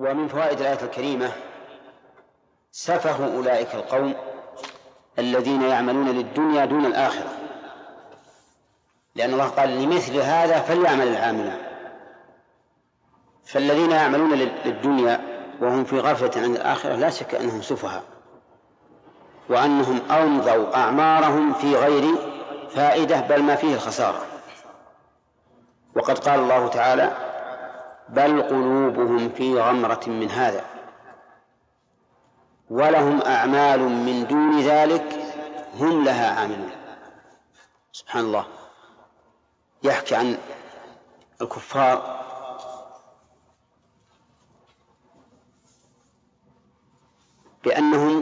ومن فوائد الآية الكريمة سفه أولئك القوم الذين يعملون للدنيا دون الآخرة، لأن الله قال لمثل هذا فليعمل العاملون. فالذين يعملون للدنيا وهم في غفلة عن الآخرة لا شك أنهم سفهاء، وأنهم أمضوا أعمارهم في غير فائدة بل ما فيه الخسارة. وقد قال الله تعالى بل قلوبهم في غمرة من هذا ولهم أعمال من دون ذلك هم لها عاملون. سبحان الله، يحكي عن الكفار بأنهم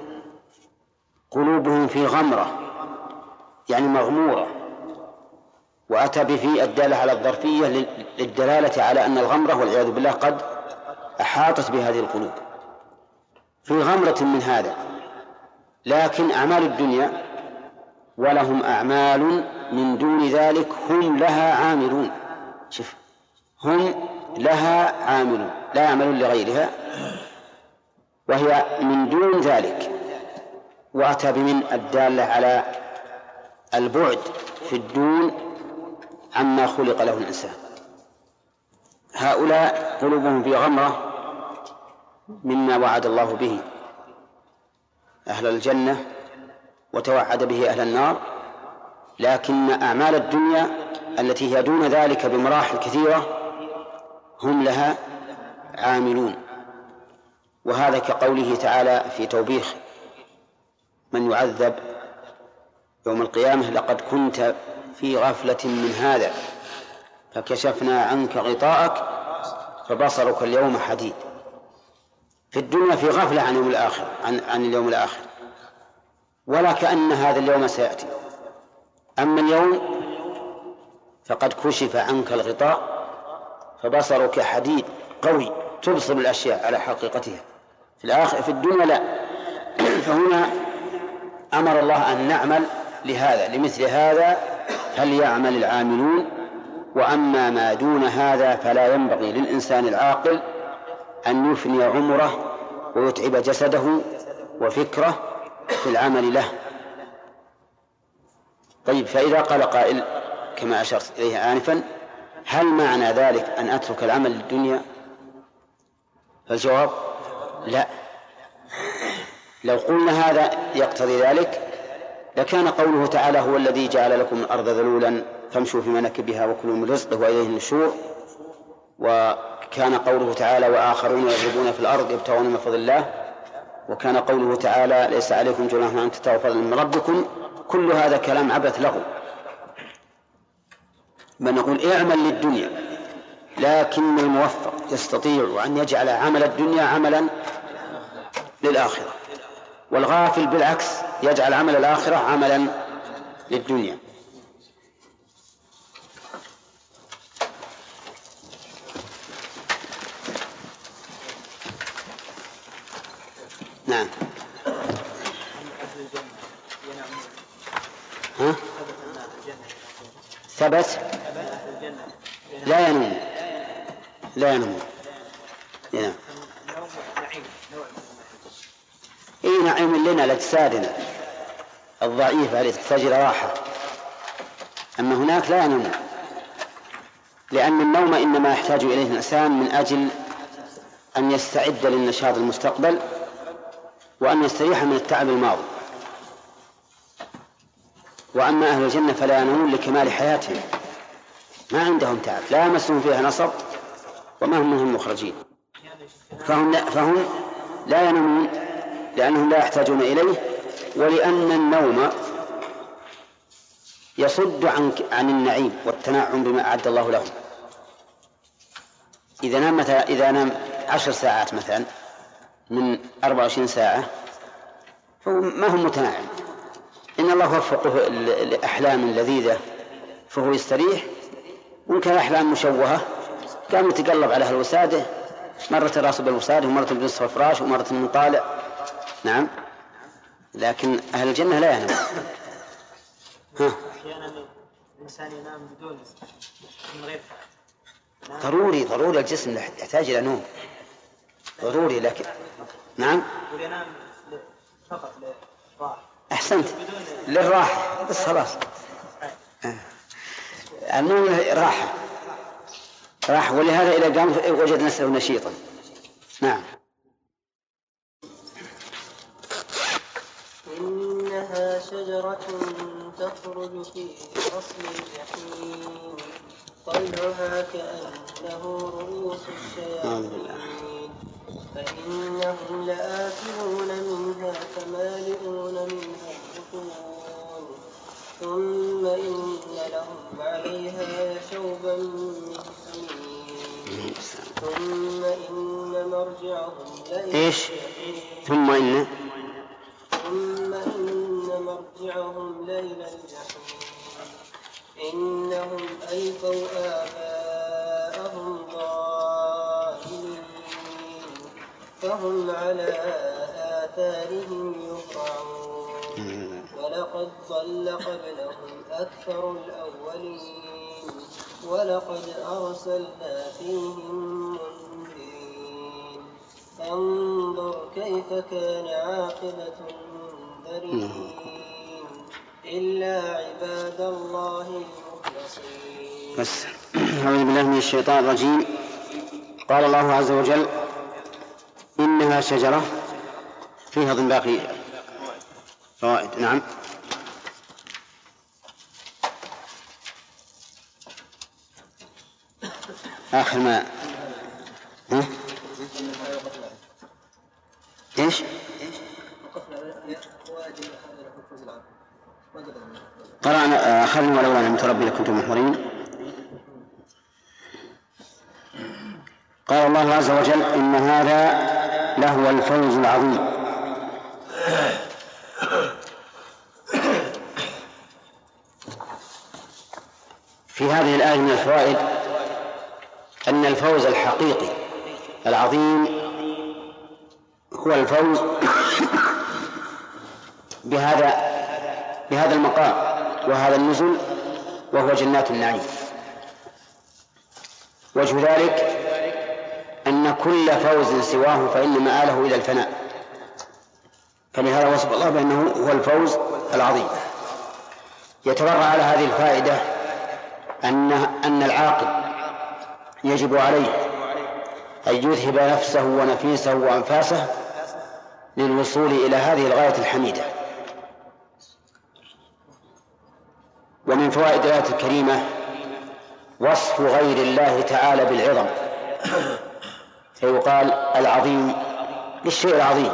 قلوبهم في غمرة يعني مغمورة، وأتى بفي الدالة على الظرفية للدلالة على أن الغمرة والعياذ بالله قد أحاطت بهذه القلوب في غمرة من هذا، لكن أعمال الدنيا ولهم أعمال من دون ذلك هم لها عاملون. شوف، هم لها عاملون، لا يعملون لغيرها، وهي من دون ذلك. وأتى بمن الدالة على البعد في الدون عما خلق له الإنسان. هؤلاء قلوبهم في غمرة مما وعد الله به أهل الجنة وتوعد به أهل النار، لكن أعمال الدنيا التي هي دون ذلك بمراحل كثيرة هم لها عاملون. وهذا كقوله تعالى في توبيخ من يعذب يوم القيامة لقد كنت في غفلة من هذا فكشفنا عنك غطاءك فبصرك اليوم حديد. في الدنيا في غفلة عن يوم الآخر، عن اليوم الآخر، ولا كأن هذا اليوم سيأتي. أما اليوم فقد كشف عنك الغطاء فبصرك حديد قوي تبصر الأشياء على حقيقتها. في الدنيا لا. فهنا أمر الله أن نعمل لهذا، لمثل هذا فليعمل العاملون. وأما ما دون هذا فلا ينبغي للإنسان العاقل أن يفني عمره ويتعب جسده وفكره في العمل له. طيب، فإذا قال قائل كما أشرت إليه آنفا هل معنى ذلك أن أترك العمل للدنيا؟ فالجواب لا. لو قلنا هذا يقتضي ذلك لكان قوله تعالى هو الذي جعل لكم الأرض ذلولا فامشوا في مناكبها وكلوا من رزقه وإليه النشور. وكان قوله تعالى وآخرون يضربون في الأرض يبتغون من فضل الله. وكان قوله تعالى ليس عليكم جناح أن تبتغوا فضلا من ربكم. كل هذا كلام عبث لغو. بل نقول اعمل للدنيا، لكن الموفق يستطيع أن يجعل عمل الدنيا عملا للآخرة، والغافل بالعكس يجعل عمل الآخرة عملا للدنيا. نعم. ها؟ ثبت لا ينوم، لا ينوم. نعم. إيه نعيم لنا لأجسادنا الضعيفة التي تحتاج إلى راحة، أما هناك لا ينوم، لأن النوم إنما يحتاج إليه الإنسان من أجل أن يستعد للنشاط المستقبل وأن يستريح من التعب الماضي. وأما أهل الجنة فلا ينامون لكمال حياتهم، ما عندهم تعب، لا يمسهم فيها نصب وما هم منهم مخرجين. فهم لا ينامون لأنهم لا يحتاجون إليه، ولأن النوم يصد عن النعيم والتنعم بما أعد الله لهم. إذا نام 10 ساعات مثلا من 24 ساعة فهو ما هم متنعم. إن الله وفقه لأحلام لذيذة فهو يستريح، ممكن أحلام مشوهة كان يتقلب على الوسادة، مرة راسه بالوسادة ومرة بنصف الفراش ومرة من طالع. نعم. لكن أهل الجنة لا ينام. أحيانا الإنسان ينام بدون من غير ضروري الجسم يحتاج إلى نوم. ضروري لكن نعم وينام فقط للراحة. أحسنت للراحة بس خلاص. النوم راحة ولهذا إذا قام وجد نفسه نشيطا. نعم. إنها شجرة تخرج في أصل الجحيم طلعها كأنه رؤوس الشياطين فإنهم لآكلون منها فمالئون منها البطون ثم إن لهم عليها شوبا من حميم ثم إن مرجعهم لإلى الجحيم إنهم ألفوا آباءهم ضالين فهم على آثارهم يهرعون ولقد ضل قبلهم أكثر الأولين ولقد أرسلنا فيهم منذرين فانظر كيف كان عاقبة المنذرين إلا عباد الله المخلصين. بس أعوذ بالله من الشيطان الرجيم. قال الله عز وجل إنها شجرة فيها باقي فوائد. نعم. آخر ما إيش؟ قرأنا أخذنا ولولا نعمة ربي لكنتم محضرين. قال الله عز وجل إن هذا لهو الفوز العظيم. في هذه الآية من الفوائد أن الفوز الحقيقي العظيم هو الفوز بهذا المقام وهذا النزل وهو جنات النعيم. وجه ذلك أن كل فوز سواه فإن مآله إلى الفناء، فلهذا وصف الله بأنه هو الفوز العظيم. يتبرع على هذه الفائدة أن العاقل يجب عليه أن يذهب نفسه ونفيسه وأنفاسه للوصول إلى هذه الغاية الحميدة. ومن فوائد الآية الكريمة وصف غير الله تعالى بالعظم، فيقال العظيم للشيء العظيم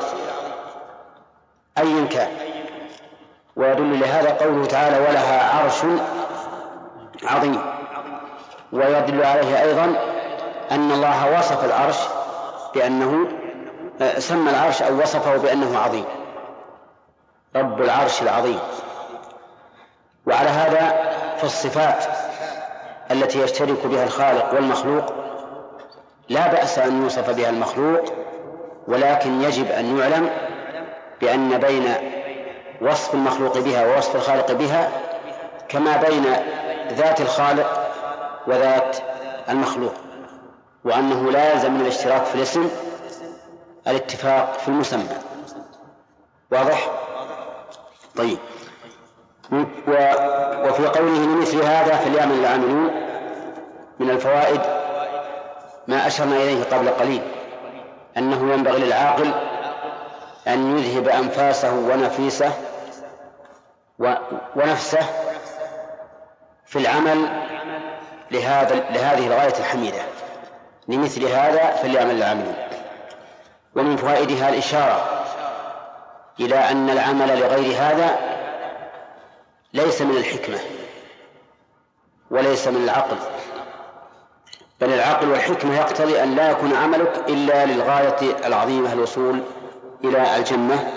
أيا كان. ويدل لهذا قوله تعالى ولها عرش عظيم. ويدل عليه أيضا أن الله وصف العرش بأنه سمى العرش أو وصفه بأنه عظيم، رب العرش العظيم. وعلى هذا فالصفات التي يشترك بها الخالق والمخلوق لا بأس أن يوصف بها المخلوق، ولكن يجب أن يعلم بأن بين وصف المخلوق بها ووصف الخالق بها كما بين ذات الخالق وذات المخلوق، وأنه لا يلزم من الاشتراك في الاسم الاتفاق في المسمى. واضح؟ طيب. وفي قوله لمثل هذا فليعمل العاملون من الفوائد ما أشرنا إليه قبل قليل، أنه ينبغي للعاقل أن يذهب أنفاسه ونفيسه ونفسه في العمل لهذه الغاية الحميدة. لمثل هذا فليعمل العاملون. ومن فوائدها الإشارة إلى أن العمل لغير هذا ليس من الحكمة وليس من العقل، بل العقل والحكمة يقتضي أن لا يكون عملك إلا للغاية العظيمة الوصول إلى الجنة.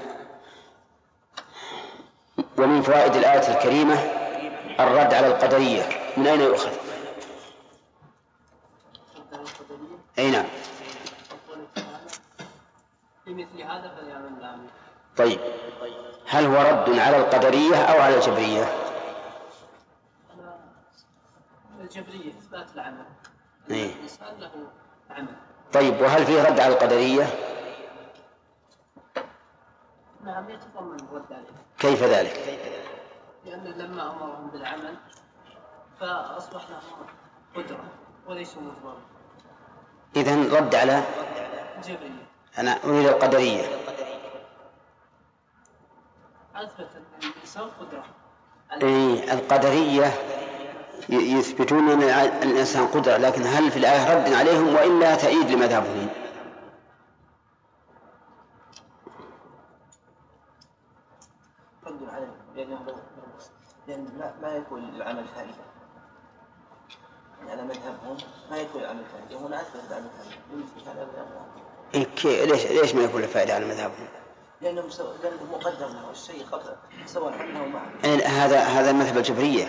ومن فوائد الآية الكريمة الرد على القدرية. من أين يؤخذ؟ أي نعم. لمثل هذا فليعمل العاملون. طيب، هل هو رد على القدرية أو على الجبرية؟ الجبرية إثبات العمل، إيه؟ الإنسان له عمل طيب، وهل فيه رد على القدرية؟ نعم، يتضمن الرد عليه. كيف ذلك؟ لأن لما أمرهم بالعمل فأصبح لهم قدرة وليسوا مجبرين. إذن رد على جبرية. أنا أريد القدرية. أثبت أن الإنسان قدرة. القدرية يثبتون أن الإنسان قدرة، لكن هل في الآية رد عليهم وإلا تأييد لمذهبهم؟ رد عليهم لأن ما يكون العمل فائدة. على مذهبهم ما يكون العمل فائدة، هنا أثبت العمل فائدة. ليش ما يكون الفائدة على مذهبهم؟ لأنه مقدر له الشيء قبل سواء عنه ومعه. هذا مذهب الجبرية.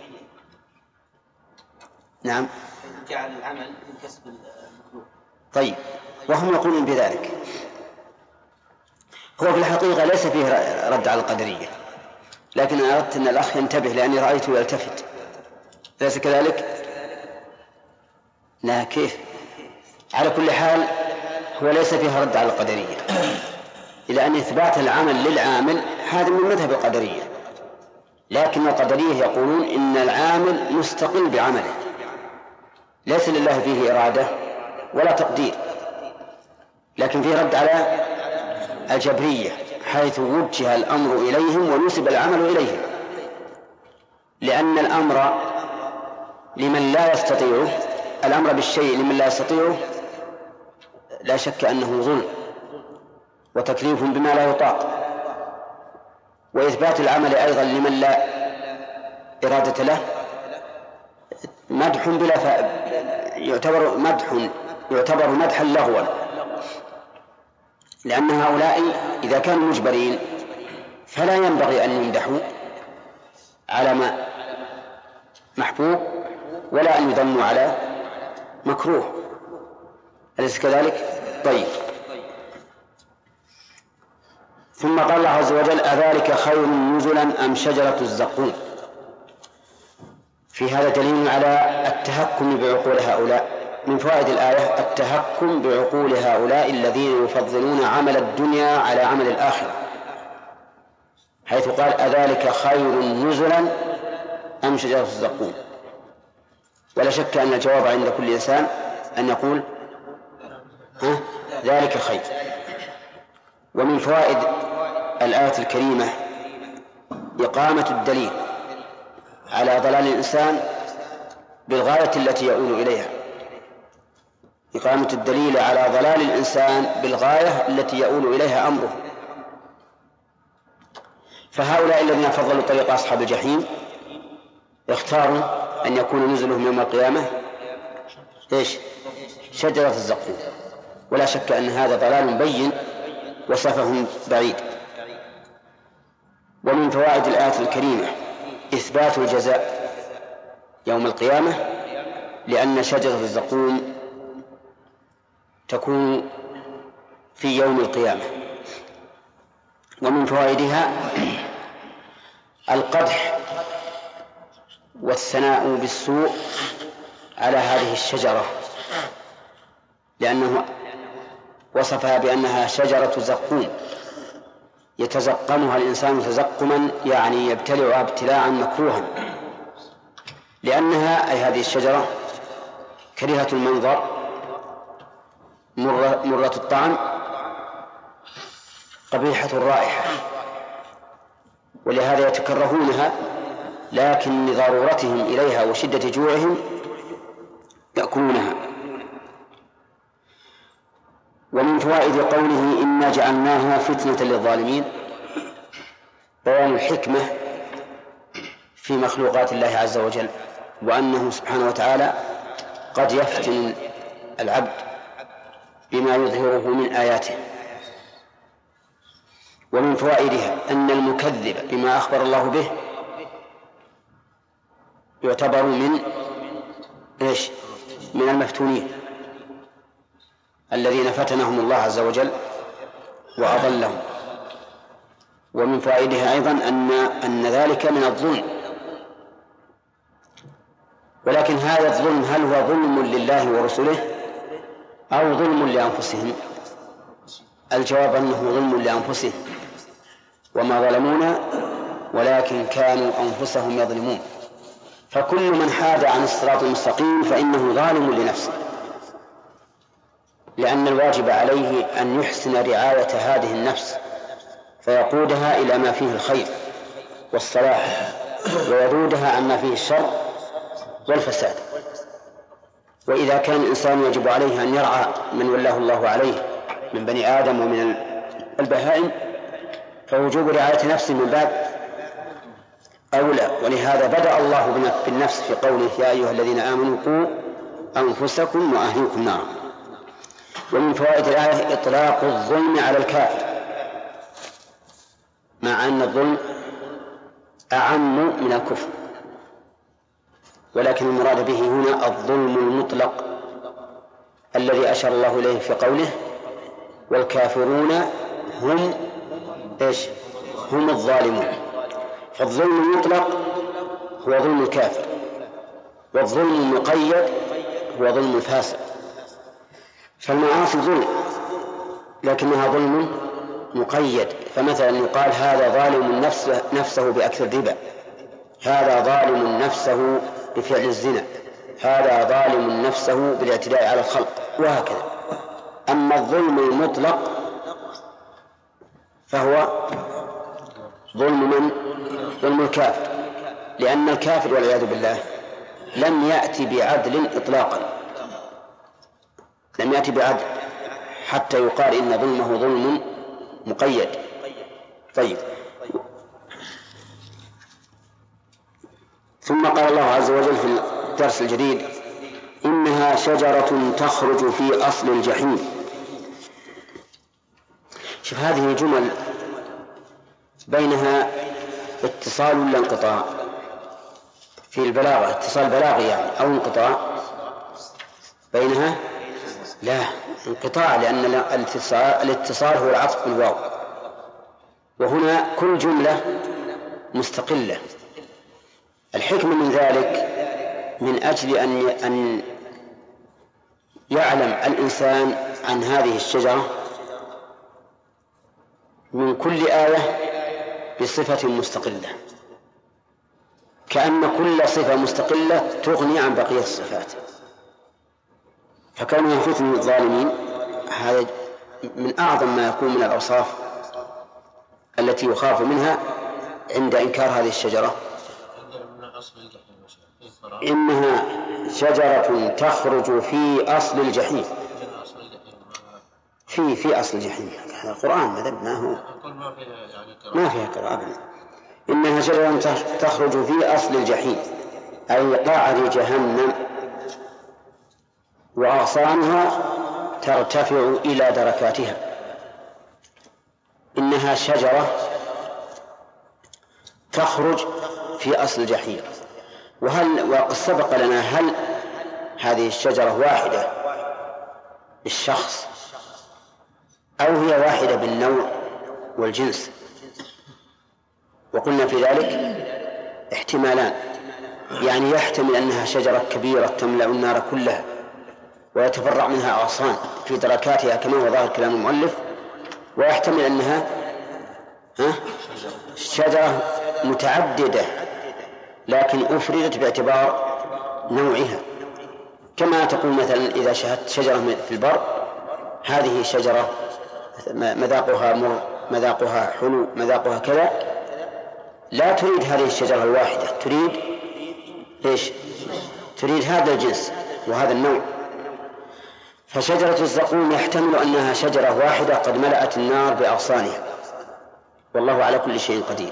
نعم، جعل العمل من كسب المخلوق. طيب، وهم يقولون بذلك. هو في الحقيقة ليس فيه رد على القدرية، لكن أنا أردت أن الأخ ينتبه لأني رأيته يلتفت. ليس كذلك؟ لا، كيف؟ على كل حال هو ليس فيها رد على القدرية، لأن إثبات العمل للعامل هذا من مذهب القدرية، لكن القدرية يقولون إن العامل مستقل بعمله، ليس لله فيه إرادة ولا تقدير. لكن فيه رد على الجبرية حيث وجه الأمر إليهم ونسب العمل إليهم، لأن الأمر لمن لا يستطيعه، الأمر بالشيء لمن لا يستطيعه لا شك أنه ظلم وتكليف بما لا يطاق، وإثبات العمل أيضا لمن لا إرادة له مدح بلا يعتبر مدحا لغوا، لأن هؤلاء إذا كانوا مجبرين فلا ينبغي أن يمدحوا على ما محبوب ولا أن يذموا على مكروه. أليس كذلك؟ طيب، ثم قال الله عز وجل: أذلك خير نزلا أم شجرة الزقوم؟ في هذا دليل على التهكم بعقول هؤلاء. من فوائد الآية التهكم بعقول هؤلاء الذين يفضلون عمل الدنيا على عمل الآخرة، حيث قال: أذلك خير نزلا أم شجرة الزقوم؟ ولا شك أن الجواب عند كل إنسان أن يقول ذلك خير. ومن فوائد الآية الكريمة إقامة الدليل على ضلال الإنسان بالغاية التي يؤول إليها، إقامة الدليل على ضلال الإنسان بالغاية التي يؤول إليها أمره. فهؤلاء الذين فضلوا طريق أصحاب الجحيم اختاروا أن يكون نزلهم يوم القيامة شجرة الزقوم، ولا شك أن هذا ضلال بين وسفه بعيد. ومن فوائد الآية الكريمة إثبات الجزاء يوم القيامة، لأن شجرة الزقوم تكون في يوم القيامة. ومن فوائدها القدح والثناء بالسوء على هذه الشجرة، لأنه وصفها بأنها شجرة زقوم يتزقمها الإنسان تزقما، يعني يبتلعها ابتلاعا مكروها، لأنها أي هذه الشجرة كريهة المنظر، مرة الطعم، قبيحة الرائحة، ولهذا يتكرهونها، لكن لضرورتهم إليها وشدة جوعهم يأكلونها. ومن فوائد قوله إنا جعلناها فتنة للظالمين بيان الحكمة في مخلوقات الله عز وجل، وأنه سبحانه وتعالى قد يفتن العبد بما يظهره من آياته. ومن فوائدها أن المكذب بما أخبر الله به يعتبر من المفتونين الذين فتنهم الله عز وجل وأضلهم. ومن فوائدها أيضا أن ذلك من الظلم، ولكن هذا الظلم هل هو ظلم لله ورسله أو ظلم لأنفسهم؟ الجواب أنه ظلم لأنفسهم، وما ظلمونا ولكن كانوا أنفسهم يظلمون. فكل من حاد عن الصراط المستقيم فإنه ظالم لنفسه، لأن الواجب عليه أن يحسن رعاية هذه النفس فيقودها إلى ما فيه الخير والصلاح، ويذودها عما فيه الشر والفساد. وإذا كان الإنسان يجب عليه أن يرعى من ولاه الله عليه من بني آدم ومن البهائم، فوجوب رعاية نفسه من باب أولى. ولهذا بدأ الله بالنفس في قوله يا أيها الذين آمنوا قوا أنفسكم وأهليكم نارا. ومن فوائد الآية إطلاق الظلم على الكافر، مع أن الظلم أعم من الكفر، ولكن المراد به هنا الظلم المطلق الذي أشار الله إليه في قوله والكافرون هم هم الظالمون. فالظلم المطلق هو ظلم الكافر، والظلم المقيد هو ظلم الفاسق. فالمعاصي ظلم لكنها ظلم مقيد، فمثلا يقال هذا ظالم نفسه بأكل الربا، هذا ظالم نفسه بفعل الزنا، هذا ظالم نفسه بالاعتداء على الخلق، وهكذا. أما الظلم المطلق فهو ظلم من؟ ظلم الكافر، لأن الكافر والعياذ بالله لم يأتي بعدل إطلاقا، لم يأتي بعدل حتى يقال إن ظلمه ظلم مقيد. طيب، ثم قال الله عز وجل في الدرس الجديد إنها شجرة تخرج في أصل الجحيم. شوف هذه جمل بينها اتصال ولا انقطاع؟ في البلاغة اتصال بلاغي يعني أو انقطاع بينها؟ لا، انقطاع، لأن الاتصال هو العطف بالواو، وهنا كل جملة مستقلة. الحكمة من ذلك من أجل أن يعلم الإنسان عن هذه الشجرة من كل آية بصفة مستقلة، كأن كل صفة مستقلة تغني عن بقية الصفات. فكونها فتن الظالمين هذا من أعظم ما يكون من الأوصاف التي يخاف منها عند إنكار هذه الشجرة. إنها شجرة تخرج في أصل الجحيم. في أصل الجحيم، هذا القرآن ما فيها قراءة. إنها شجرة تخرج في أصل الجحيم أي قعر جهنم، وأغصانها ترتفع إلى دركاتها. إنها شجرة تخرج في أصل الجحيم. وقد سبق لنا هل هذه الشجرة واحدة بالشخص أو هي واحدة بالنوع والجنس؟ وقلنا في ذلك احتمالان، يعني يحتمل أنها شجرة كبيرة تملأ النار كلها ويتفرع منها أغصان في دركاتها كما هو ظاهر كلام المؤلف، ويحتمل أنها شجرة متعددة لكن أفردت باعتبار نوعها، كما تقول مثلا إذا شاهدت شجرة في البر هذه شجرة مذاقها مر، مذاقها حلو، مذاقها كذا، لا تريد هذه الشجرة الواحدة، تريد إيش؟ تريد هذا الجنس وهذا النوع. فشجرة الزقوم يحتمل أنها شجرة واحدة قد ملأت النار بأغصانها، والله على كل شيء قدير.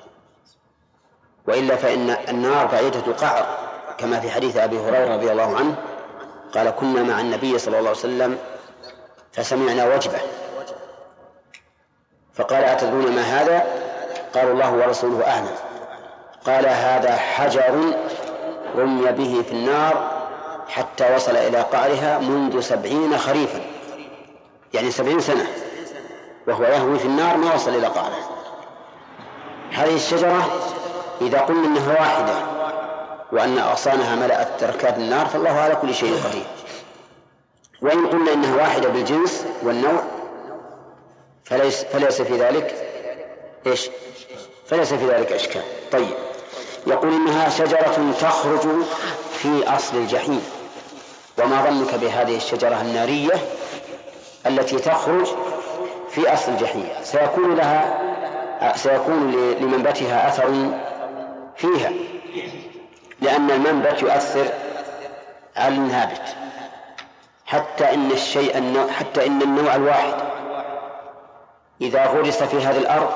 وإلا فإن النار بعيدة قعر، كما في حديث أبي هريرة رضي الله عنه قال كنا مع النبي صلى الله عليه وسلم فسمعنا وجبة فقال أتدرون ما هذا؟ قالوا الله ورسوله أعلم. قال هذا حجر رمي به في النار حتى وصل إلى قعرها منذ 70 خريفا، يعني 70 سنة وهو يهوي في النار ما وصل إلى قعرها. هذه الشجرة إذا قلنا أنها واحدة وأن أغصانها ملأت تركات النار فالله على كل شيء قدير. وإن قلنا إنها واحدة بالجنس والنوع فليس في ذلك فليس في ذلك إشكال. طيب، يقول إنها شجرة تخرج في أصل الجحيم. وما ظنك بهذه الشجرة النارية التي تخرج في أصل الجحيم؟ سيكون لمنبتها أثر فيها، لأن المنبت يؤثر على النابت، حتى إن النوع الواحد إذا غرس في هذه الأرض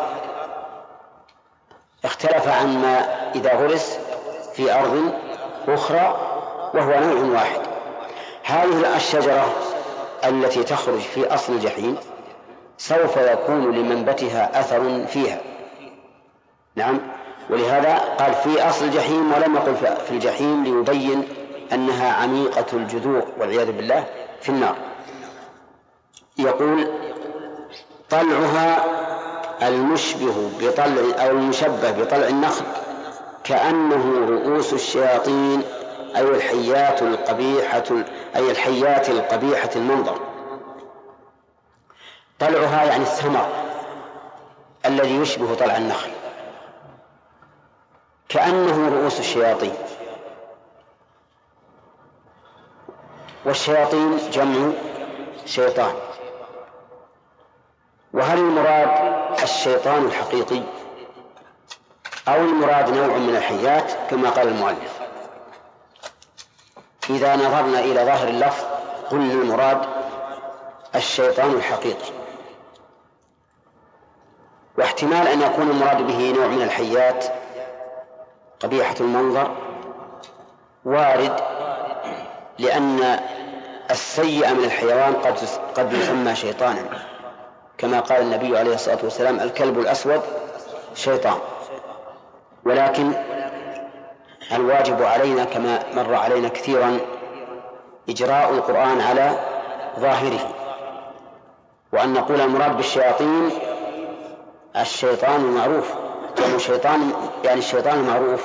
اختلف عن ما إذا غرس في أرض أخرى وهو نوع واحد. هذه الشجرة التي تخرج في أصل الجحيم سوف يكون لمنبتها أثر فيها. نعم، ولهذا قال في أصل الجحيم ولم يقل في الجحيم، ليبين أنها عميقة الجذور والعياذ بالله في النار. يقول طلعها المشبه بطلع أو المشبه بطلع النخل كأنه رؤوس الشياطين، أي الحيات القبيحة المنظر. طلعها يعني الثمر الذي يشبه طلع النخل، كأنه رؤوس الشياطين. والشياطين جمع شيطان. وهل المراد الشيطان الحقيقي أو المراد نوع من الحيات كما قال المؤلف؟ إذا نظرنا إلى ظاهر اللفظ قلنا المراد الشيطان الحقيقي، واحتمال أن يكون المراد به نوع من الحيات قبيحة المنظر وارد، لأن السيء من الحيوان قد يسمى شيطانا، كما قال النبي عليه الصلاة والسلام الكلب الأسود شيطان. ولكن الواجب علينا كما مر علينا كثيرا إجراء القرآن على ظاهره، وأن نقول المراد بالشياطين الشيطان المعروف، يعني الشيطان المعروف،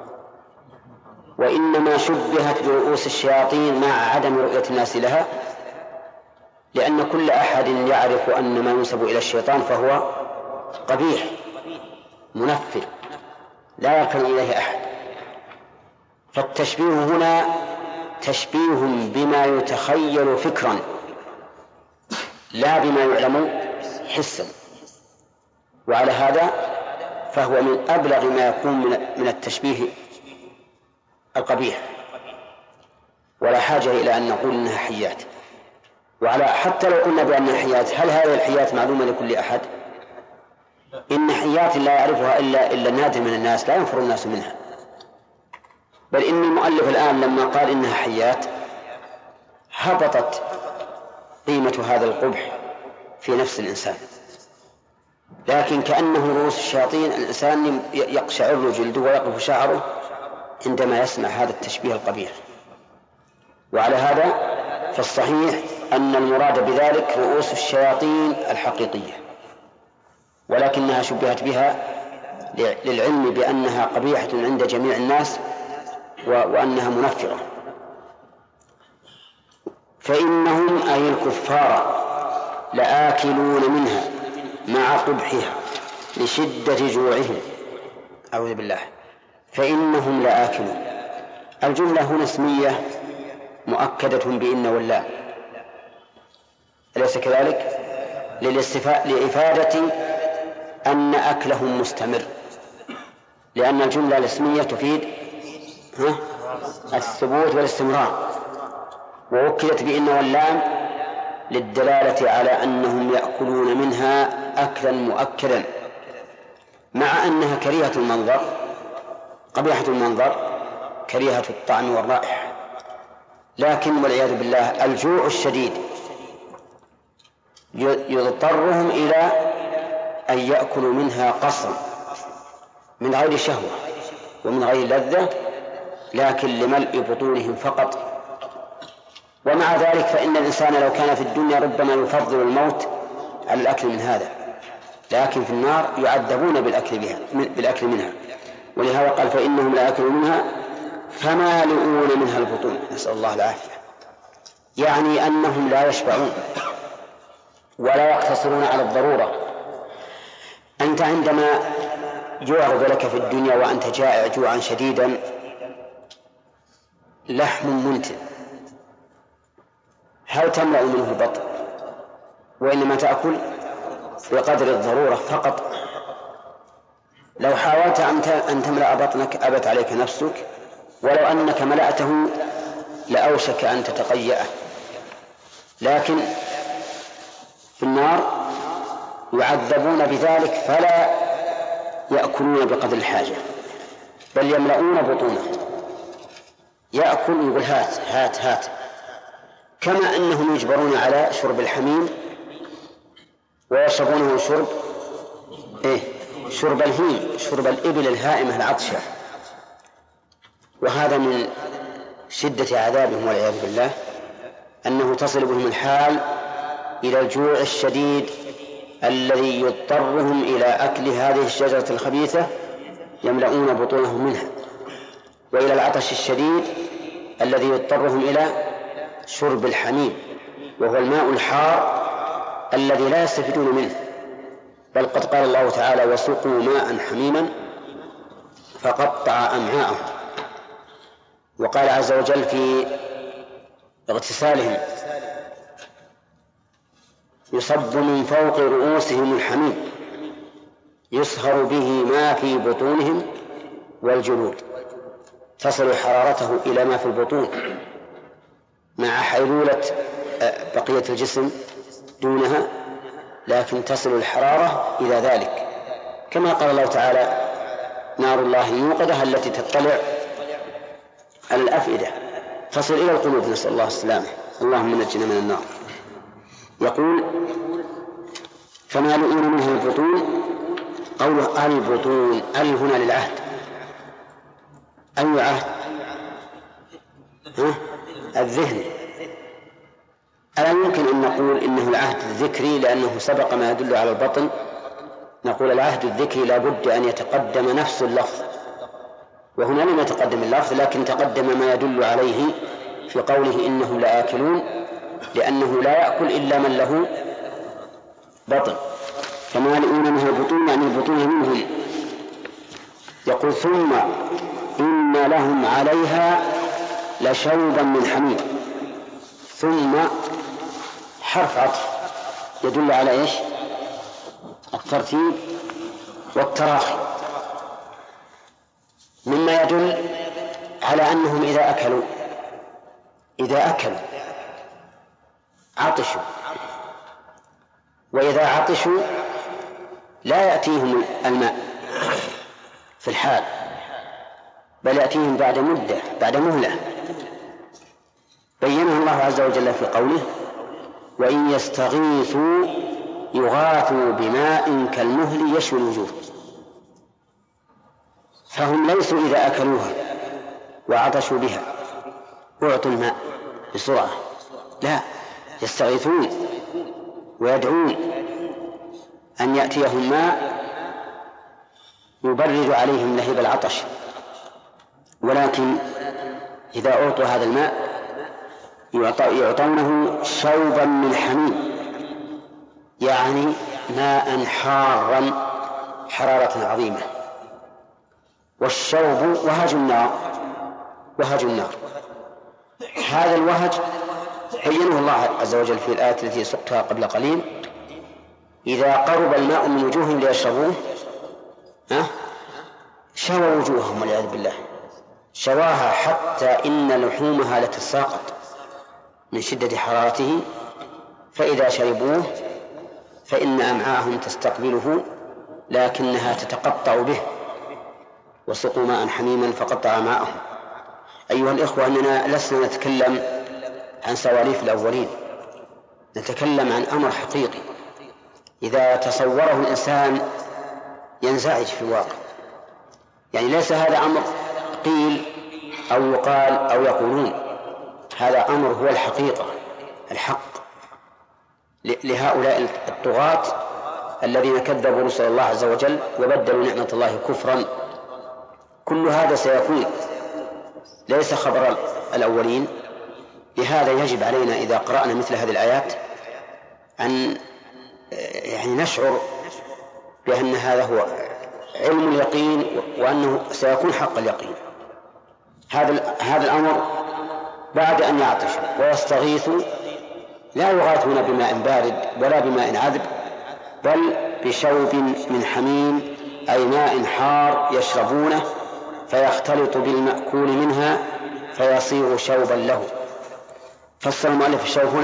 وإنما شبهت برؤوس الشياطين مع عدم رؤية الناس لها، لأن كل أحد يعرف أن ما ينسب إلى الشيطان فهو قبيح منفر لا يركن إليه أحد. فالتشبيه هنا تشبيه بما يتخيل فكرا لا بما يعلم حسا، وعلى هذا فهو من أبلغ ما يكون من التشبيه القبيح، ولا حاجة إلى أن نقول إنها حيات. حتى لو قلنا بأنها حيات، هل هذه الحيات معلومة لكل أحد؟ إن حيات لا يعرفها إلا نادر من الناس، لا ينفر الناس منها. بل إن المؤلف الآن لما قال إنها حيات هبطت قيمة هذا القبح في نفس الإنسان، لكن كأنه رؤوس الشياطين الإنسان يقشعر جلده ويقف شعره عندما يسمع هذا التشبيه القبيح. وعلى هذا فالصحيح أن المراد بذلك رؤوس الشياطين الحقيقية، ولكنها شبهت بها للعلم بأنها قبيحة عند جميع الناس وأنها منفرة. فإنهم أي الكفار لآكلون منها مع قبحها لشدة جوعهم. أعوذ بالله. فإنهم لآكلون، الجملة هنا اسمية مؤكدة بإن واللام، أليس كذلك؟ لإفادة أن أكلهم مستمر، لأن الجملة الاسمية تفيد الثبوت والاستمرار، ووكلت بإن واللام للدلالة على أنهم يأكلون منها أكلا مؤكدا، مع أنها كريهة المنظر قبيحة المنظر كريهة الطعم والرائحة، لكن والعياذ بالله الجوع الشديد يضطرهم إلى أن يأكلوا منها قصرا من غير شهوة ومن غير لذة، لكن لملء بطونهم فقط. ومع ذلك فإن الإنسان لو كان في الدنيا ربما يفضل الموت على الأكل من هذا، لكن في النار يعذبون بالأكل منها. ولهذا قال فإنهم لا يأكلون منها فمالئون منها البطون، نسأل الله العافية. يعني أنهم لا يشبعون ولا يقتصرون على الضرورة. أنت عندما يعرض لك في الدنيا وأنت جائع جوعا شديدا لحم منتن، هل تملأ منه البطن؟ وإنما تأكل بقدر الضرورة فقط. لو حاولت أن تملأ بطنك أبت عليك نفسك، ولو أنك ملأته لأوشك أن تتقيأه. لكن في النار يعذبون بذلك فلا يأكلون بقدر الحاجة، بل يملؤون بطونه، يأكل يقول هات هات هات، كما أنهم يجبرون على شرب الحميم ويشربونه شرب الهيم، شرب الإبل الهائمة العطشة. وهذا من شدة عذابهم والعياذ بالله، أنه تصل بهم الحال إلى الجوع الشديد الذي يضطرهم إلى أكل هذه الشجرة الخبيثة يملؤون بطونهم منها، وإلى العطش الشديد الذي يضطرهم إلى شرب الحميم، وهو الماء الحار الذي لا يستفيدون منه. بل قد قال الله تعالى وسقوا ماء حميما فقطع أمعاءهم. وقال عز وجل في اغتسالهم يصب من فوق رؤوسهم الحميم يصهر به ما في بطونهم والجلود، تصل حرارته إلى ما في البطون مع حيلولة بقية الجسم دونها، لكن تصل الحرارة إلى ذلك، كما قال الله تعالى نار الله الموقدة التي تطلع على الأفئدة تصل إلى القلوب، نسأل الله السلامة، اللهم نجنا من النار. يقول فمالئون منه البطون. قوله البطون هنا للعهد، أي عهد؟ الذهني. ألا يمكن أن نقول إنه العهد الذكري لأنه سبق ما يدل على البطن؟ نقول العهد الذكري لا بد أن يتقدم نفس اللفظ، وهنا لم يتقدم اللفظ لكن تقدم ما يدل عليه في قوله إنهم لآكلون، لأنه لا يأكل إلا من له بطن. فمالئون منها البطون يعني البطون منهم. يقول ثم إن لهم عليها لشوبا من حميم. ثم حرف عطف يدل على إيش؟ الترتيب والتراخي، مما يدل على أنهم إذا أكلوا عطشوا، وإذا عطشوا لا يأتيهم الماء في الحال، بل يأتيهم بعد مدة، بعد مهلة بينها الله عز وجل في قوله وإن يستغيثوا يغاثوا بماء كالمهل يشوي الوجوه. فهم ليسوا إذا أكلوها وعطشوا بها أعطوا الماء بسرعة، لا، يستغيثون ويدعون أن يأتيهم ماء يبرد عليهم لهيب العطش. ولكن إذا أعطوا هذا الماء يعطونه شوبا من حميم، يعني ماء حارا حرارة عظيمة. والشوب وهج النار. هذا الوهج بينه الله عز وجل في الآية التي سقتها قبل قليل إذا قرب الماء من وجوههم ليشربوه شوى وجوههم والعياذ بالله، شواها حتى إن لحومها لتساقط من شدة حرارته، فإذا شربوه فإن أمعاءهم تستقبله لكنها تتقطع به. وسقوا ماء حميما فقطع أمعاءهم. أيها الإخوة، أننا لسنا نتكلم عن سواليف الأولين، نتكلم عن أمر حقيقي إذا تصوره الإنسان ينزعج في الواقع. يعني ليس هذا أمر قيل أو يقال أو يقولون، هذا أمر هو الحقيقة، الحق لهؤلاء الطغاة الذين كذبوا رسل الله عز وجل وبدلوا نعمة الله كفرا. كل هذا سيكون، ليس خبر الأولين، لهذا يجب علينا إذا قرأنا مثل هذه الآيات أن يعني نشعر بأن هذا هو علم اليقين وأنه سيكون حق اليقين. هذا الأمر بعد أن يعطش ويستغيث لا يغاثون بماء بارد ولا بماء عذب بل بشوب من حميم أي ماء حار يشربونه فيختلط بالمأكول منها فيصير شوبا له. فسر المؤلف الشوب هنا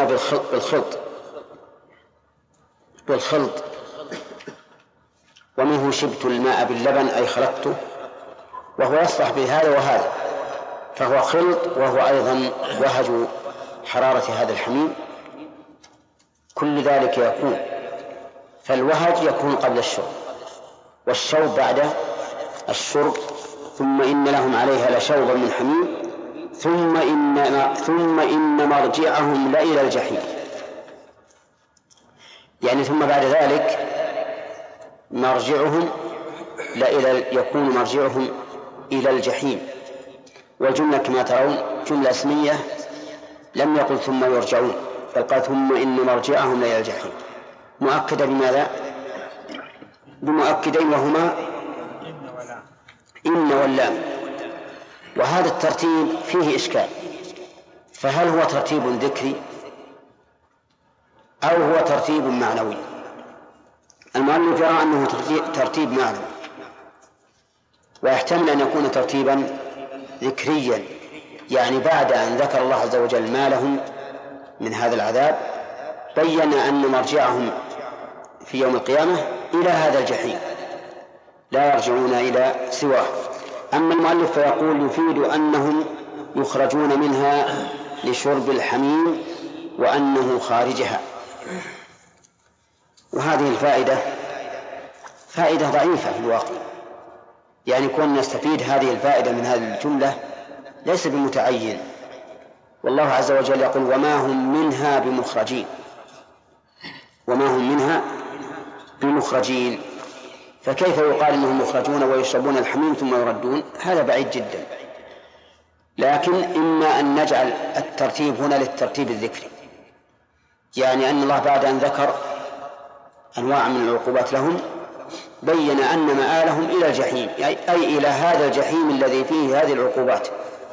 بالخلط ومنه شبت الماء باللبن أي خلطته، وهو يصلح بهذا وهذا، فهو خلط وهو أيضا وهج حرارة هذا الحميم. كل ذلك يكون، فالوهج يكون قبل الشرب والشوب بعد الشرب. ثم إن لهم عليها لشوبا من حميم ثم إن مرجعهم لإلى الجحيم، يعني ثم بعد ذلك مرجعهم يكون مرجعهم إلى الجحيم. والجملة كما ترون جملة اسمية، لم يقل ثم يرجعون بل قال ثم إن مرجعهم لإلى الجحيم، مؤكدة بماذا؟ بمؤكدين وهما إن واللام. وهذا الترتيب فيه إشكال، فهل هو ترتيب ذكري أو هو ترتيب معنوي؟ المؤلف يرى أنه ترتيب معنوي، ويحتمل أن يكون ترتيبا ذكريا، يعني بعد أن ذكر الله عز وجل ما لهم من هذا العذاب بين أن مرجعهم في يوم القيامة إلى هذا الجحيم لا يرجعون إلى سواه. أما المؤلف فيقول يفيد أنهم يخرجون منها لشرب الحميم وأنه خارجها. وهذه الفائدة فائدة ضعيفة في الواقع، يعني كون نستفيد هذه الفائدة من هذه الجملة ليس بمتعين. والله عز وجل يقول وما هم منها بمخرجين، وما هم منها بمخرجين، فكيف يقال إنهم مخرجون ويشربون الحميم ثم يردون؟ هذا بعيد جدا. لكن إما أن نجعل الترتيب هنا للترتيب الذكري، يعني أن الله بعد أن ذكر أنواع من العقوبات لهم بين أن مآلهم إلى الجحيم، أي إلى هذا الجحيم الذي فيه هذه العقوبات.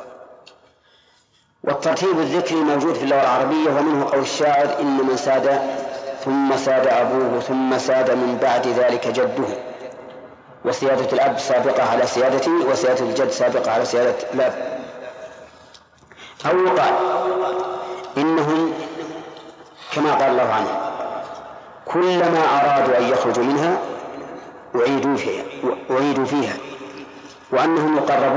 والترتيب الذكري موجود في اللغة العربية، ومنه قول الشاعر إن من ساد ثم ساد أبوه ثم ساد من بعد ذلك جده، وسيادة الأب سابقة على سيادته وسيادة الجد سابقة على سيادة الأب. أو يقال إنهم كما قال الله عنه كلما أرادوا أن يخرجوا منها أعيدوا فيها، وأنهم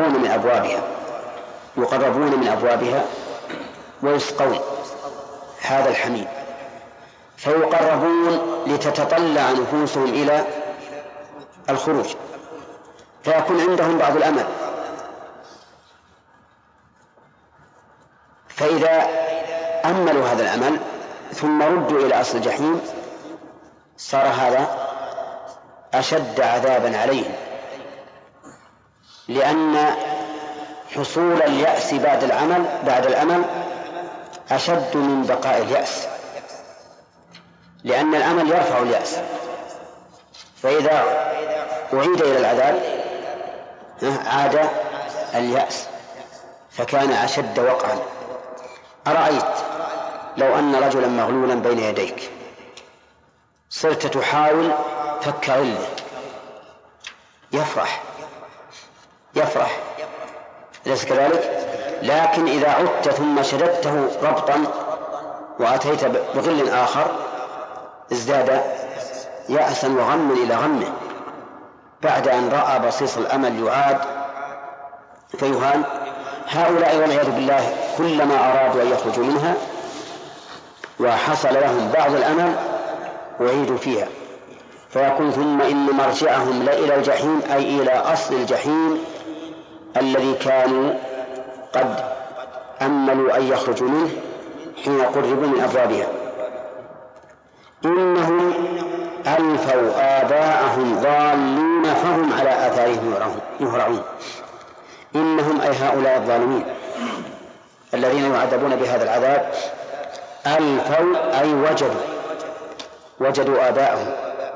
يقربون من أبوابها ويسقون هذا الحميم، فيقربون لتتطلع نفوسهم إلى الخروج، فيكون عندهم بعض الأمل. فإذا أملوا هذا الأمل ثم ردوا إلى أصل الجحيم صار هذا أشد عذابا عليهم، لأن حصول اليأس بعد الأمل أشد من بقاء اليأس، لأن الأمل يرفع اليأس. فإذا أعيد إلى العذاب عاد اليأس فكان أشد وقعا. أرأيت لو أن رجلا مغلولا بين يديك صرت تحاول فك غله يفرح أليس كذلك؟ لكن إذا عدت ثم شددته ربطا وأتيت بغل آخر ازداد يأسا وغما إلى غمه بعد أن رأى بصيص الأمل يعاد فيهان. هؤلاء والعياذ بالله كلما أرادوا أن يخرجوا منها وحصل لهم بعض الأمل أعيدوا فيها، فيكون ثم إن مرجعهم لإلى الجحيم أي إلى أصل الجحيم الذي كانوا قد أملوا أن يخرجوا منه حين قربوا من أبوابها. إنهم ألفوا آباءهم ضالين فهم على آثارهم يهرعون. إنهم أي هؤلاء الظالمين الذين يعذبون بهذا العذاب ألفوا أي وجدوا آباءهم.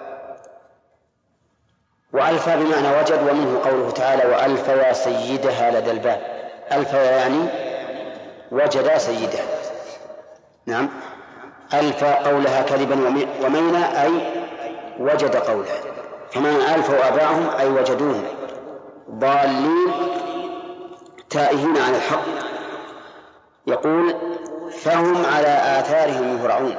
وألفى بمعنى وجد، ومنه قوله تعالى وألفيا سيدها لدى الباب. ألفيا يعني وجد سيدها. نعم، ألفى قولها كذبا ومينا أي وجد قولها. فمن ألفوا آباءهم أي وجدوهم ضالين تائهين عن الحق. يقول فهم على آثارهم يهرعون.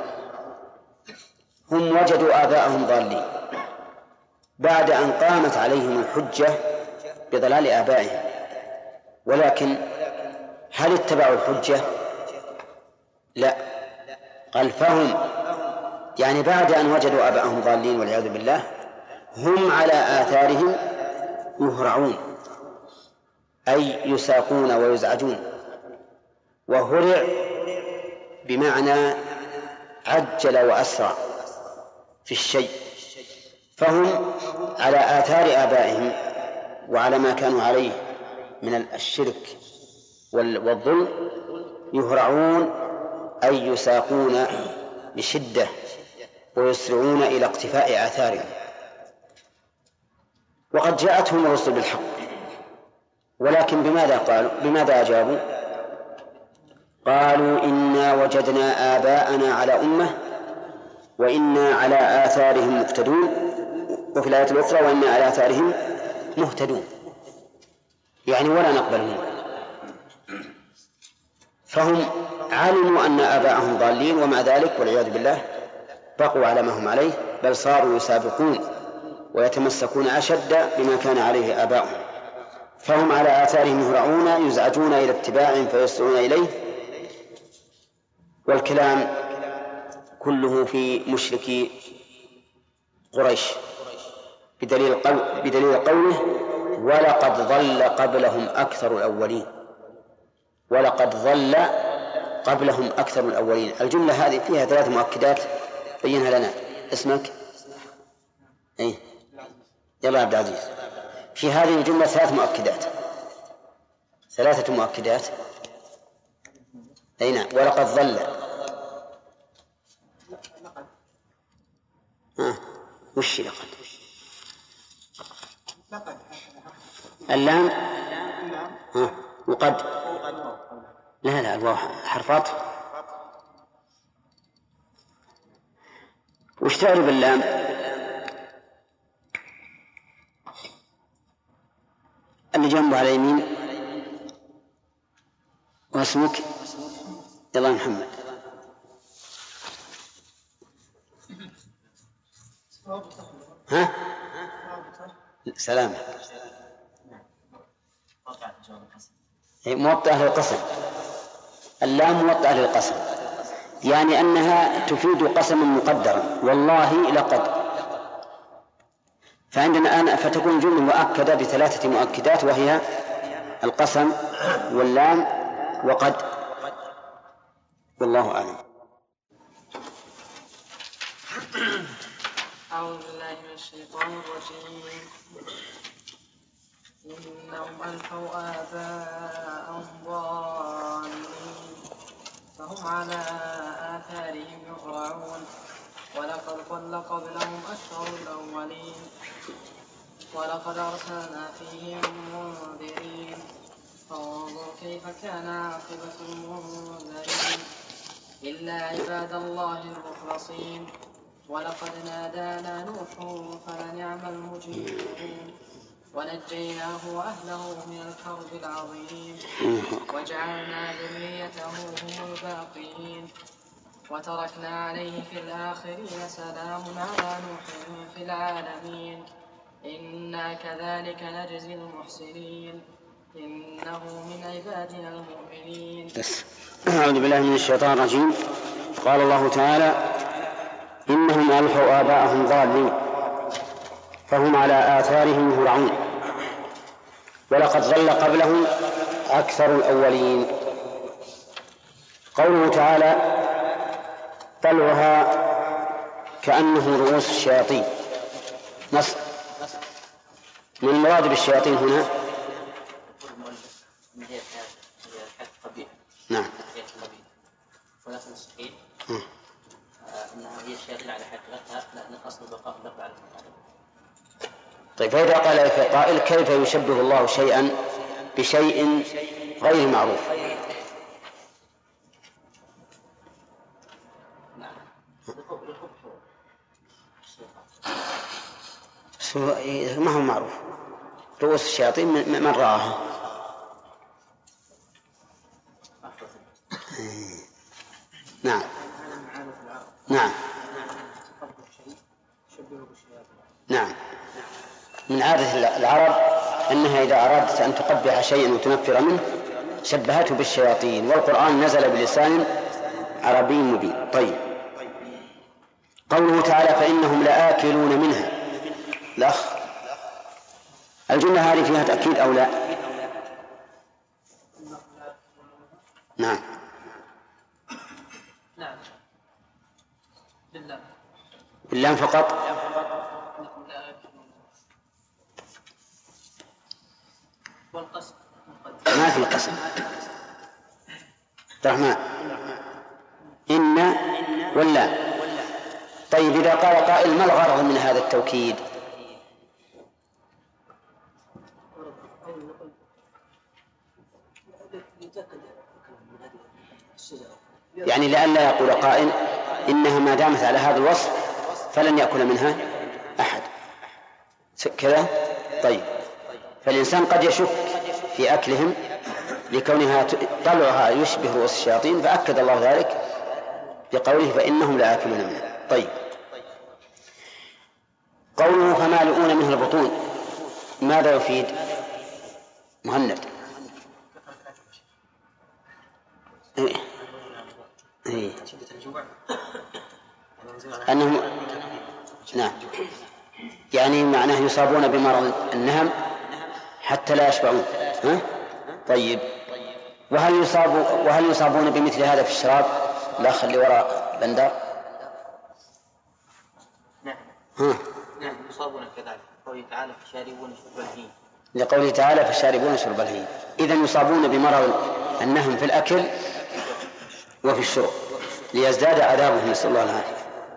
هم وجدوا آباءهم ضالين بعد أن قامت عليهم الحجة بضلال آبائهم، ولكن هل اتبعوا الحجة؟ لا، قال فهم يعني بعد أن وجدوا آباءهم ضالين والعياذ بالله هم على آثارهم يهرعون أي يساقون ويزعجون. وهرع بمعنى عجل وأسرع في الشيء. فهم على آثار آبائهم وعلى ما كانوا عليه من الشرك والظلم يهرعون أي يساقون بشدة ويسرعون إلى اقتفاء آثارهم. وقد جاءتهم الرسل بالحق، ولكن بماذا أجابوا؟ قالوا إنا وجدنا آباءنا على أمة وإنا على آثارهم مقتدون، وفي الآية الأخرى وإنا على آثارهم مهتدون، يعني ولا نقبل منه. فهم علموا أن آباءهم ضالين ومع ذلك والعياذ بالله بقوا على ما هم عليه، بل صاروا يسابقون ويتمسكون أشد بما كان عليه آباؤهم. فهم على آثارهم يهرعون يزعجون إلى اتباعهم فيسرعون إليه. والكلام كله في مشركي قريش بدليل قوله ولقد ضل قبلهم أكثر الأولين. ولقد ضل قبلهم أكثر الأولين. الجملة هذه فيها 3 مؤكدات بينها لنا. اسمك؟ أي يلا عبد العزيز. في هذه الجملة 3 مؤكدات، 3 مؤكدات. أي نعم. ولقد ضل وش لقد اللام وقد لا الواو حرف عطف. وش تعرف اللام؟ اللي جنبه على اليمين. واسمك؟ يلا محمد. ها؟ سلام. موطئة للقسم. اللام موطئة للقسم، يعني أنها تفيد قسما مقدرا، والله لقد. فعندنا الآن فتكون جملة مؤكدة ب3 مؤكدات، وهي القسم واللام وقد. والله أعلم. أعوذ بالله من الشيطان الرجيم. إنهم ألفوا آباءهم ضالين فهم على آثارهم يهرعون ولقد ضل قبلهم أكثر الأولين ولقد أرسلنا فيهم منذرين فانظر كيف كان عاقبة المنذرين إلا عباد الله المخلصين ولقد نادانا نوح فلنعم المجيبون ونجيناه وأهله من الكرب العظيم وجعلنا ذريته هم الباقين وتركنا عليه في الآخرين سلام على نوح في العالمين إنا كذلك نجزي المحسنين إنه من عبادنا المؤمنين. أعوذ بالله من الشيطان الرجيم. قال الله تعالى إنهم ألفوا آباءهم ضالين فهم على آثارهم يهرعون ولقد ضل قبلهم أكثر الأولين. قوله تعالى طلعها كأنه رؤوس الشياطين. نص من المراد بالشياطين هنا؟ نعم. يدل على حقيقتها لأن أصل البقاء نقل على طيب فإذا قال قائل كيف يشبه الله شيئا بشيء غير معروف؟ ما هو معروف رؤوس الشياطين من رآها. نعم نعم نعم من عادة العرب أنها إذا أرادت أن تقبح شيئا وتنفر منه شبهته بالشياطين، والقرآن نزل بلسان عربي مبين. طيب قوله تعالى فإنهم لآكلون منها، الأخ الجملة هذه فيها تأكيد أو لا؟ نعم نعم بالله بالله فقط. والقسم ما في قسم الرحمن إن ولا. طيب إذا قال قائل ما الغرض من هذا التوكيد؟ يعني لئلا يقول قائل إنها ما دامت على هذا الوصف فلن يأكل منها أحد كذا. طيب فالإنسان قد يشك في أكلهم لكونها طلعها يشبه رؤوس الشياطين، فأكد الله ذلك بقوله فإنهم لآكلون منها. طيب قوله فمالئون منه البطون ماذا يفيد؟ مهند أنهم نعم يعني معناه يصابون بمرض النهم حتى لا يشبعون. طيب وهل يصابون بمثل هذا في الشراب؟ الأخ اللي وراء بندر نعم يصابون كذلك. قوله تعالى فشاربون شرب الهيم، لقوله تعالى فشاربون شرب الهيم. إذن يصابون بمرض النهم في الأكل وفي الشرب ليزداد عذابهم، نسأل الله العافية.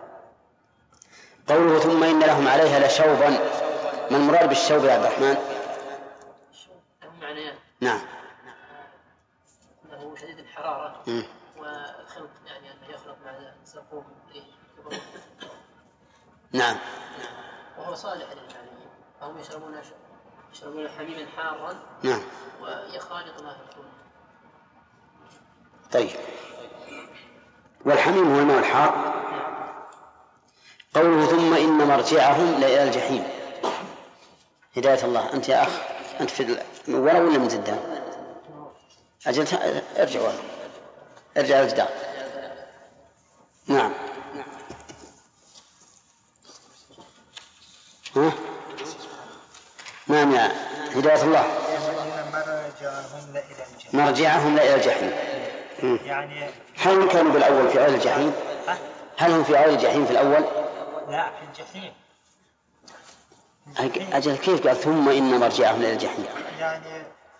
قوله ثم إن لهم عليها لشوبا، ما المراد بالشوب يا عبد الرحمن؟ معناه نعم أنه شديد الحرارة والخلط، يعني أنه يخلط مع الزقوم. نعم وهو صالح للمعنيين، فهم يشربون حميما حارا نعم ويخالط ما يكون. طيب والحميم هو الماء الحار. قوله ثم إن مرجعهم لإلى الجحيم. هداية الله. أنت يا أخ أنت في ولا من زدان؟ أجل ارجع الجدار. نعم نعم يا هداية الله. مرجعهم لإلى الجحيم. يعني هل هم كانوا بالأول في عين الجحيم؟ هل هم في عين الجحيم في الأول؟ لا في الجحيم. أجل كيف قال ثم إن مرجعهم إلى الجحيم؟ يعني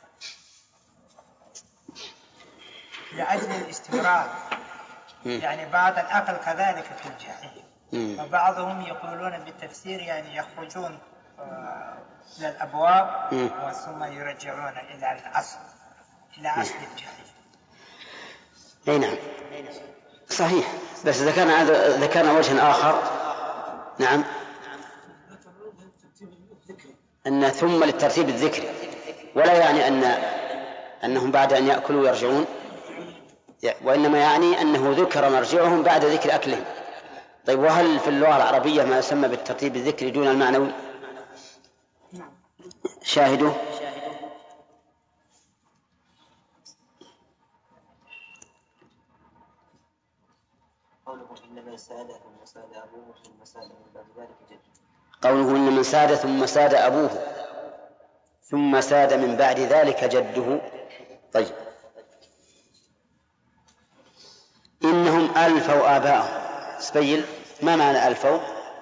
لأجل الاستمرار. يعني بعد الأكل كذلك في الجحيم. وبعضهم يقولون بالتفسير يعني يخرجون إلى الأبواب ثم يرجعون إلى الأصل، إلى أصل الجحيم. أي نعم صحيح، بس إذا كان وجه آخر نعم أن ثم للترتيب الذكري، ولا يعني أنهم بعد أن يأكلوا يرجعون، وإنما يعني أنه ذكر مرجعهم بعد ذكر أكلهم. طيب وهل في اللغة العربية ما يسمى بالترتيب الذكري دون المعنوي؟ شاهدوا قوله إن من ساد ثم ساد أبوه ثم ساد من بعد ذلك جده. قوله إن من ساد ثم ساد أبوه ثم ساد من بعد ذلك جده. طيب إنهم ألفوا آباءهم. سبيل ما معنى ألفوا؟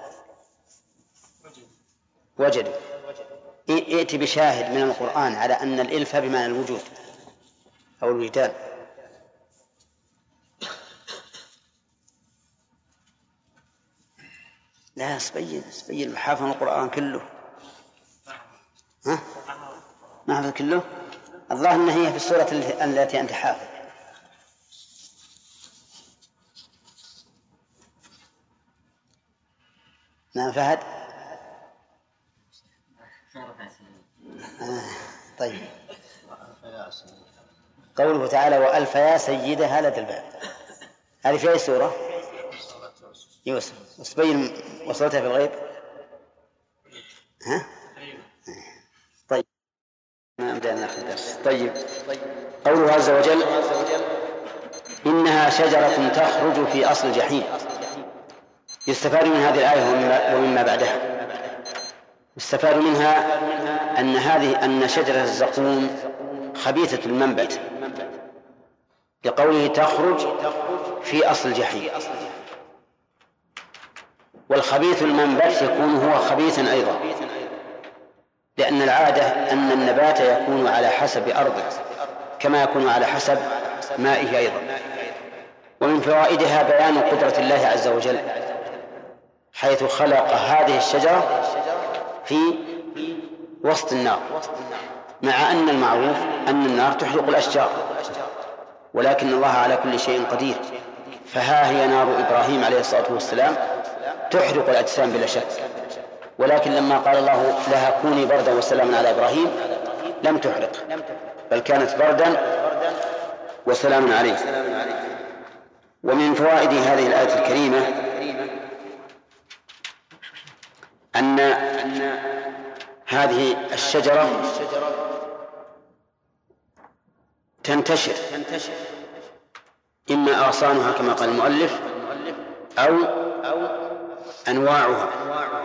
وجدوا. ائت بشاهد من القرآن على أن الإلف بمعنى الوجود أو الوجدان. لا سبين حافظ القرآن كله. ها؟ ما حفظ كله؟ الظاهر أنها هي في السورة التي أنت حافظ. نعم فهد. طيب. قوله تعالى وألف يا سيدها لدى الباب، هذه في أي سورة؟ يوسف. وسبين وصلتها في الغيب. ها؟ طيب ما بدأنا في الدرس. طيب قوله عز وجل إنها شجرة تخرج في أصل الجحيم. يستفاد من هذه الآية ومما بعدها. يستفاد منها أن شجرة الزقوم خبيثة المنبت، لقوله تخرج في أصل الجحيم. والخبيث المنبت يكون هو خبيثا أيضا، لأن العادة أن النبات يكون على حسب أرضه كما يكون على حسب مائه أيضا. ومن فوائدها بيان قدرة الله عز وجل، حيث خلق هذه الشجرة في وسط النار، مع أن المعروف أن النار تحرق الأشجار، ولكن الله على كل شيء قدير. فها هي نار إبراهيم عليه الصلاة والسلام تحرق الأجسام بلا شك، ولكن لما قال الله لها كوني بردا وسلاما على إبراهيم لم تحرق، بل كانت بردا وسلاما عليه. ومن فوائد هذه الآية الكريمة أن هذه الشجرة تنتشر، إما أغصانها كما قال المؤلف أو أنواعها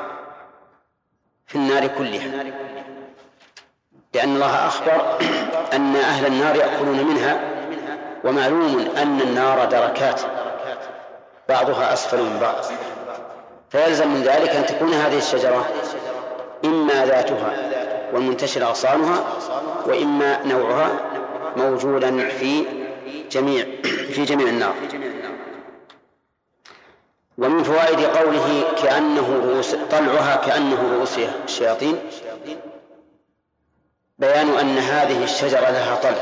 في النار كلها، لأن الله أخبر أن أهل النار يأكلون منها، ومعلوم أن النار دركات بعضها أسفل من بعض، فيلزم من ذلك أن تكون هذه الشجرة إما ذاتها والمنتشر أغصانها، وإما نوعها موجودا في جميع النار. ومن فوائد قوله طلعها كأنه رؤوس الشياطين بيان أن هذه الشجرة لها طلع،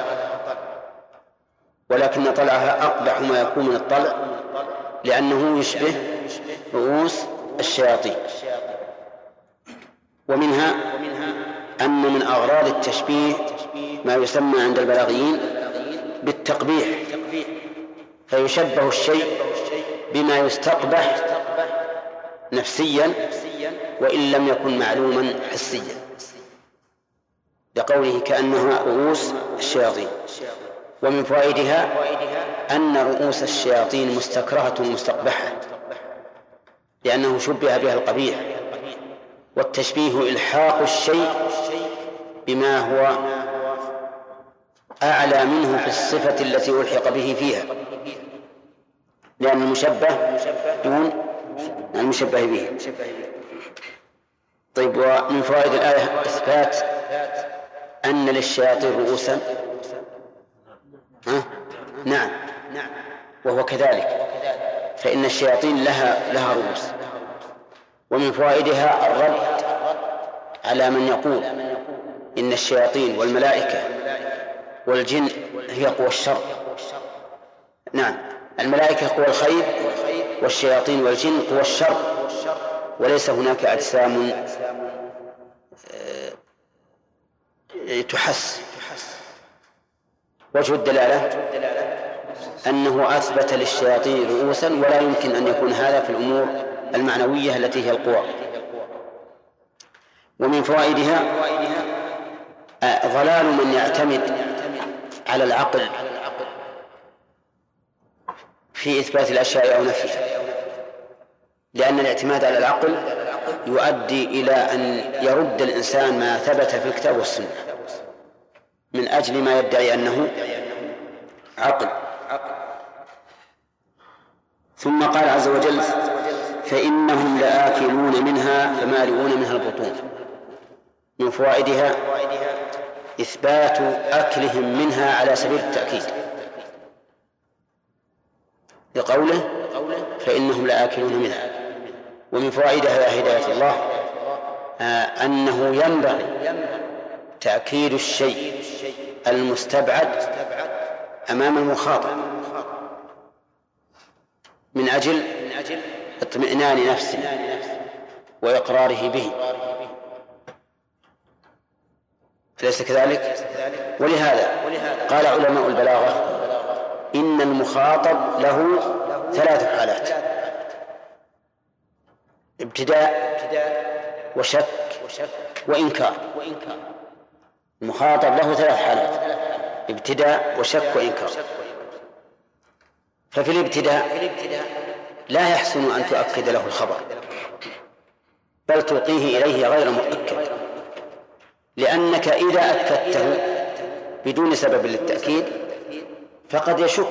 ولكن طلعها أقبح ما يكون من الطلع، لأنه يشبه رؤوس الشياطين. ومنها أن من أغراض التشبيه ما يسمى عند البلاغيين بالتقبيح، فيشبه الشيء بما يستقبح نفسيا وإن لم يكن معلوما حسيا، لقوله كأنها رؤوس الشياطين. ومن فوائدها أن رؤوس الشياطين مستكرهة مستقبحة، لأنه شبه بها القبيح، والتشبيه إلحاق الشيء بما هو أعلى منه في الصفة التي ألحق به فيها، لأن المشبه دون المشبه به. طيب ومن فوائد الآية إثبات أن للشياطين رؤوسا. نعم وهو كذلك، فإن الشياطين لها رؤوس. ومن فوائدها الرد على من يقول إن الشياطين والملائكة والجن هي قوى الشر. نعم، الملائكة قوى الخير والشياطين والجن قوى الشر، وليس هناك أجسام تحس. وجه الدلالة أنه أثبت للشياطين رؤوسا، ولا يمكن أن يكون هذا في الأمور المعنوية التي هي القوى. ومن فوائدها ضلال من يعتمد على العقل في إثبات الأشياء أو نفيها، لأن الاعتماد على العقل يؤدي إلى أن يرد الإنسان ما ثبت في الكتاب والسنة من أجل ما يدعي أنه عقل. ثم قال عز وجل فإنهم لآكلون منها فمالئون منها البطون. من فوائدها إثبات أكلهم منها على سبيل التأكيد، لقوله فإنهم لآكلون منها، ومن فوائدها هداية الله أنه ينبغي تأكيد الشيء المستبعد أمام المخاطب من أجل اطمئنان نفسه وإقراره به، أليس كذلك؟ ولهذا قال علماء البلاغة إن المخاطب له 3 حالات: ابتداء وشك وإنكار. المخاطب له 3 حالات: ابتداء وشك وإنكار. ففي الابتداء لا يحسن أن تؤكد له الخبر، بل تلقيه إليه غير مؤكد، لأنك إذا أكدته بدون سبب للتأكيد فقد يشك،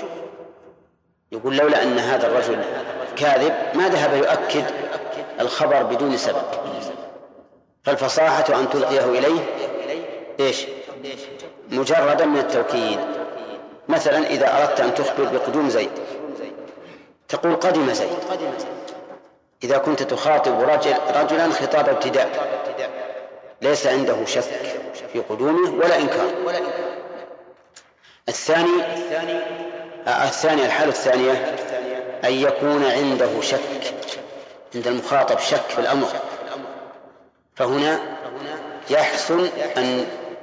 يقول لولا أن هذا الرجل كاذب ما ذهب يؤكد الخبر بدون سبب. فالفصاحة أن تلقيه إليه مجردا من التوكيد. مثلا إذا أردت أن تخبر بقدوم زيد تقول قدم زيد، إذا كنت تخاطب رجلا خطاب ابتداء ليس عنده شك في قدومه ولا إنكار. الحالة الثانية أن يكون عنده شك، عند المخاطب شك في الأمر، فهنا يحسن أن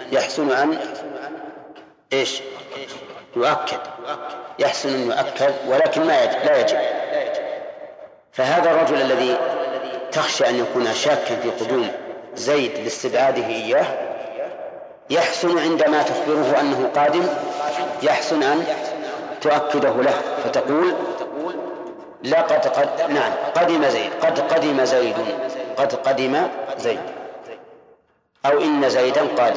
يؤكد، يحسن أن يؤكد، ولكن لا يجب. فهذا الرجل الذي تخشى أن يكون شاكا في قدوم زيد لاستبعاده إياه يحسن عندما تخبره أنه قادم يحسن أن تؤكده له، فتقول قدم زيد، قد قدم زيد، أو إن زيدا قادم.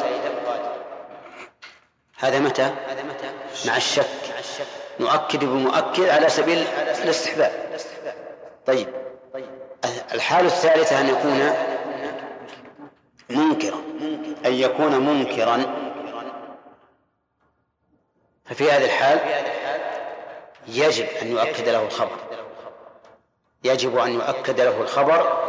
هذا متى؟ مع الشك، نؤكد بمؤكد على سبيل الاستحباب. طيب، الحالة الثالثة أن يكون منكرا، ففي هذه الحال يجب أن يؤكد له الخبر.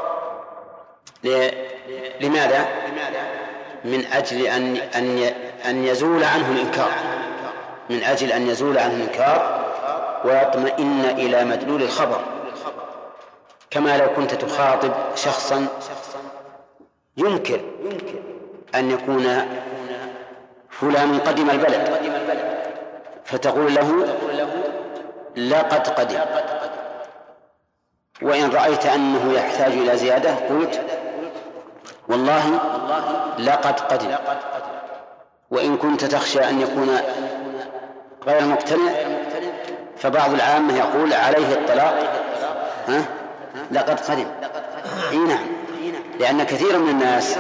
لماذا؟ من أجل أن يزول عنه الإنكار، ويطمئن إلى مدلول الخبر، كما لو كنت تخاطب شخصا ينكر أن يكون فلان قدم البلد، فتقول له لقد قدم، وإن رأيت أنه يحتاج إلى زيادة قلت والله لقد قدم. وإن كنت تخشى أن يكون غير مقتنع فبعض العامة يقول عليه الطلاق لقد قدم. نعم، لأن كثير من الناس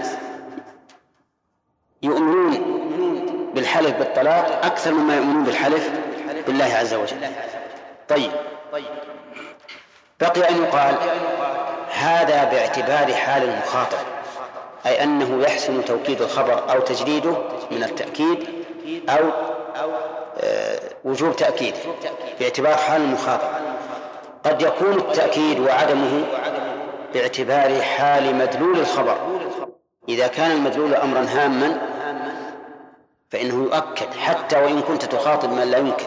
يؤمنون بالحلف بالطلاق أكثر مما يؤمنون بالحلف بالله عز وجل. طيب، بقي أن يقال هذا باعتبار حال المخاطب، أي أنه يحسن توكيد الخبر أو تجديده من التأكيد أو وجوب تأكيد باعتبار حال المخاطب. قد يكون التأكيد وعدمه باعتبار حال مدلول الخبر. إذا كان المدلول أمرا هاما فإنه يؤكد حتى وإن كنت تخاطب من لا ينكر.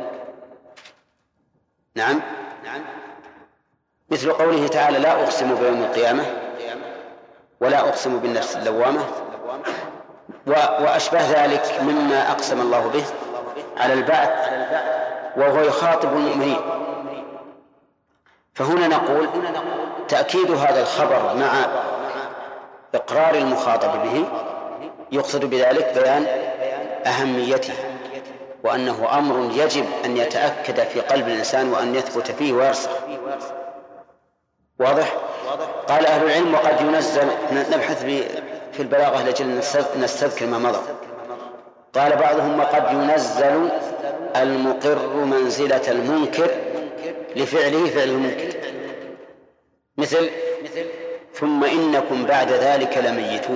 نعم، مثل قوله تعالى لا أقسم بيوم القيامة ولا أقسم بالنفس اللوامة وأشبه ذلك مما أقسم الله به على البعث وهو يخاطب المؤمنين. فهنا نقول تأكيد هذا الخبر مع إقرار المخاطب به يقصد بذلك بيان أهميته، وأنه أمر يجب أن يتأكد في قلب الإنسان وأن يثبت فيه ويرسخ. واضح؟ قال أهل العلم وقد ينزل، نبحث في البلاغة لجل نستذكر ما مضى. قال بعضهم وقد ينزل المقر منزلة المنكر لفعله فعل المنكر، مثل ثم إنكم بعد ذلك لميتون،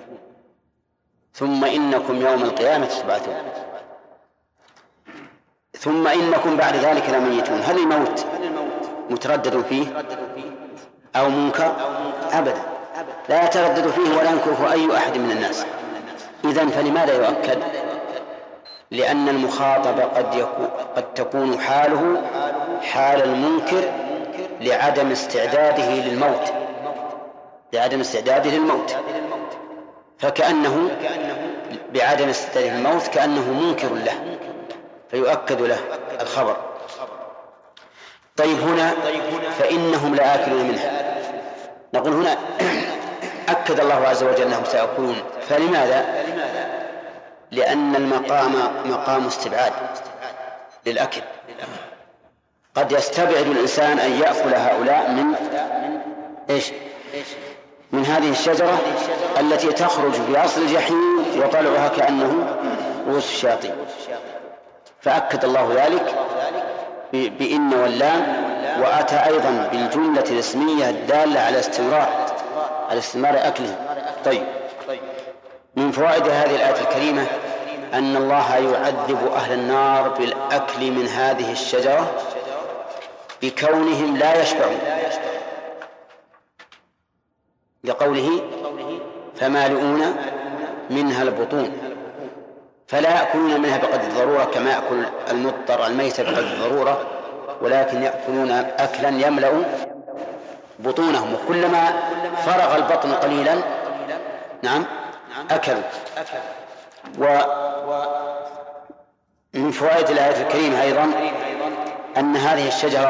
ثم إنكم يوم القيامة تبعثون، ثم إنكم بعد ذلك لميتون. هل الموت متردد فيه أو منكر أبدا، لا يتردد فيه ولا ينكره أي أحد من الناس. إذن فلماذا يؤكد؟ لأن المخاطب قد تكون حاله حال المنكر لعدم استعداده للموت، فكأنه بعدم استعداده للموت كأنه منكر له، فيؤكد له الخبر. طيب هنا فإنهم لآكلون منها، نقول هنا أكد الله عز وجل أنهم سيأكلون، فلماذا؟ لأن المقام مقام استبعاد للأكل، قد يستبعد الإنسان أن يأكل هؤلاء من هذه الشجرة التي تخرج في أصل الجحيم وطلعها كأنه رؤوس الشياطين، فأكد الله ذلك بإن واللام، وأتى أيضا بالجملة الاسمية الدالة على استمرار أكلهم. طيب، من فوائد هذه الآية الكريمة أن الله يعذب أهل النار بالأكل من هذه الشجرة بكونهم لا يشبعون، لقوله فمالئون منها البطون، فلا يأكلون منها بقدر الضرورة كما يأكل المضطر الميت بقدر الضرورة، ولكن يأكلون أكلا يملأ بطونهم، وكلما فرغ البطن قليلا أكلوا. ومن فوائد الآية الكريمة أيضا أن هذه الشجرة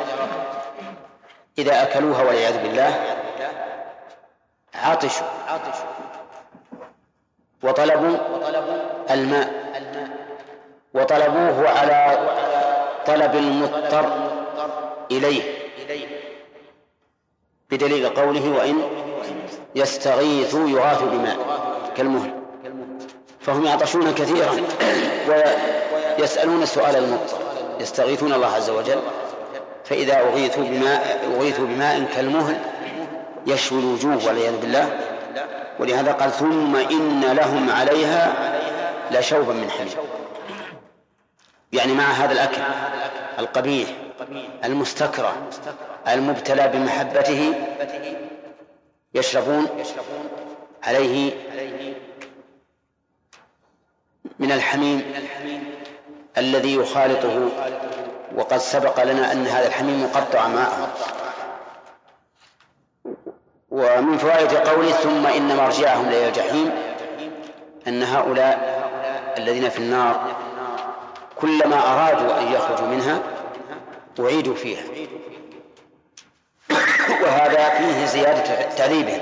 إذا أكلوها والعياذ بالله عطشوا وطلبوا الماء، وطلبوه على طلب المضطر إليه، بدليل قوله وإن يستغيثوا يغاثوا بماء كالمهل، فهم يعطشون كثيرا ويسألون سؤال المضطر، يستغيثون الله عز وجل، فإذا أغيثوا بماء كالمهل يشوي الوجوه والعياذ بالله. ولهذا قال ثم إن لهم عليها لشوبا من حميم، يعني مع هذا الأكل القبيح المستكره المبتلى بمحبته يشربون عليه من الحميم الذي يخالطه، وقد سبق لنا أن هذا الحميم يقطع ماءه. ومن فوائد قوله ثم إن مرجعهم إلى الجحيم أن هؤلاء الذين في النار كلما أرادوا أن يخرجوا منها أعيدوا فيها، وهذا فيه زيادة تعذيبهم.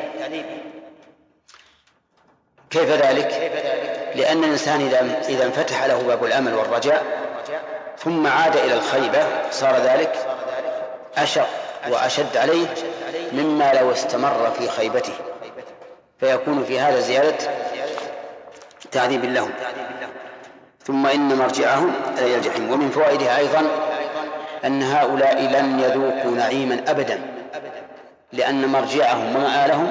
كيف ذلك؟ لأن الإنسان إذا انفتح له باب الأمل والرجاء ثم عاد إلى الخيبة صار ذلك أشق وأشد عليه مما لو استمر في خيبته، فيكون في هذا زيادة تعذيب لهم. ثم إن مرجعهم إلى الجحيم. ومن فوائدها أيضا أن هؤلاء لن يذوقوا نعيما أبدا، لأن مرجعهم ومآلهم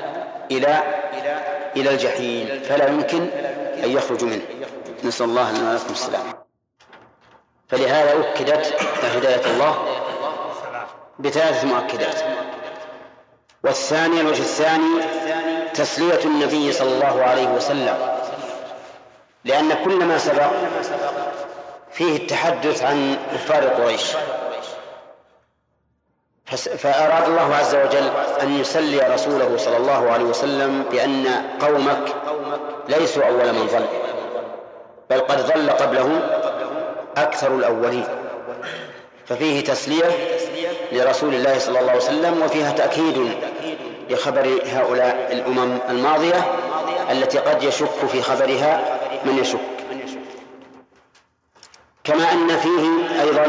إلى الجحيم، فلا يمكن أن يخرجوا منه، نسأل الله لنا ولكم السلام. فلهذا أكدت هداية الله بثلاث مؤكدات. والثاني الوجه الثاني تسلية النبي صلى الله عليه وسلم، لأن كل ما سبق فيه التحدث عن كفار قريش، فأراد الله عز وجل أن يسلي رسوله صلى الله عليه وسلم بأن قومك ليسوا أول من ضل، بل قد ضل قبلهم أكثر الأولين، ففيه تسلية لرسول الله صلى الله عليه وسلم، وفيها تأكيد لخبر هؤلاء الأمم الماضية التي قد يشك في خبرها من يشك. كما أن فيه أيضا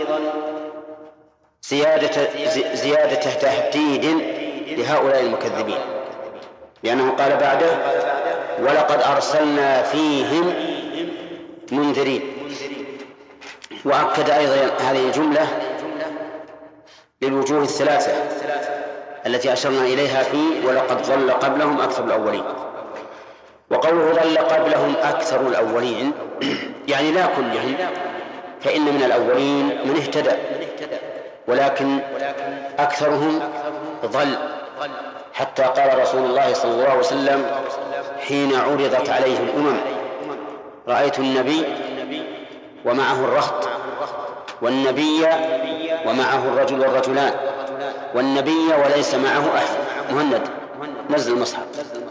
زيادة تهديد لهؤلاء المكذبين، لأنه قال بعده ولقد أرسلنا فيهم منذرين. وأكد أيضا هذه الجملة للوجوه الثلاثة التي أشرنا إليها في ولقد ضل قبلهم أكثر الأولين. وقوله ضل قبلهم أكثر الأولين يعني لا كلهم، فإن من الأولين من اهتدى ولكن أكثرهم ضل، حتى قال رسول الله صلى الله عليه وسلم حين عرضت عليه الأمم: رأيت النبي ومعه الرهط، والنبي ومعه الرجل والرجلان، والنبي وليس معه أحد. مهند نزل المصحف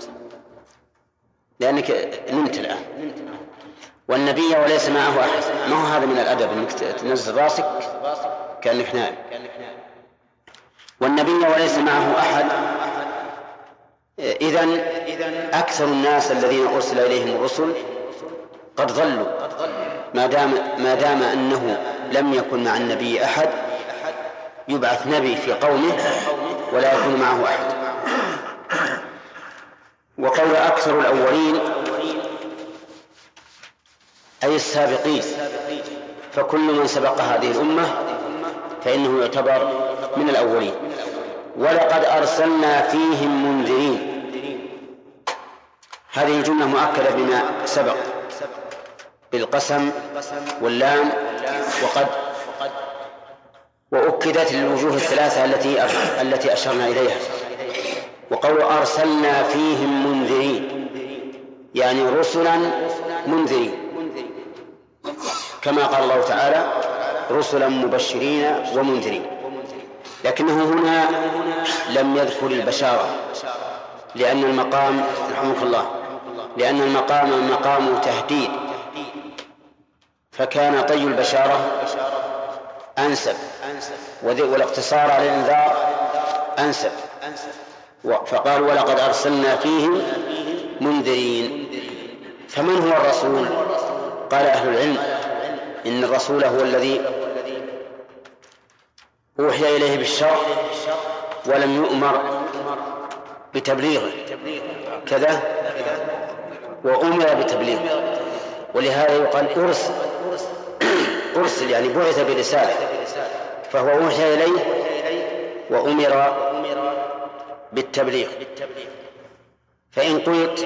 لأنك نمت الآن. والنبي وليس معه أحد، ما هو هذا من الأدب أنك تنزل راسك كأنك نائم؟ والنبي وليس معه أحد. إذن أكثر الناس الذين أرسل إليهم الرسل قد ضلوا ما دام أنه لم يكن مع النبي أحد، يبعث نبي في قومه ولا يكون معه أحد. وقول أكثر الأولين أي السابقين، فكل من سبق هذه الأمة فإنه يعتبر من الأولين. ولقد أرسلنا فيهم منذرين، هذه الجملة مؤكدة بما سبق بالقسم واللام وقد، وأكدت للوجوه الثلاثة التي أشرنا إليها. وقول أرسلنا فيهم منذرين يعني رسلا منذرين، كما قال الله تعالى: رسلا مبشرين ومنذرين. لكنه هنا لم يذكر البشارة، لأن المقام رحمك الله لأن المقام مقام تهديد، فكان طي البشارة أنسب، والاقتصار على الإنذار أنسب. فقال: ولقد أرسلنا فيهم منذرين. فمن هو الرسول؟ قال أهل العلم: إن الرسول هو الذي أوحي إليه بالشرع ولم يؤمر بتبليغه كذا، وأمر بتبليغه، ولهذا يقال أرسل يعني بعث برسالة، فهو أوحي إليه وأمر بالتبليغ. فإن قلت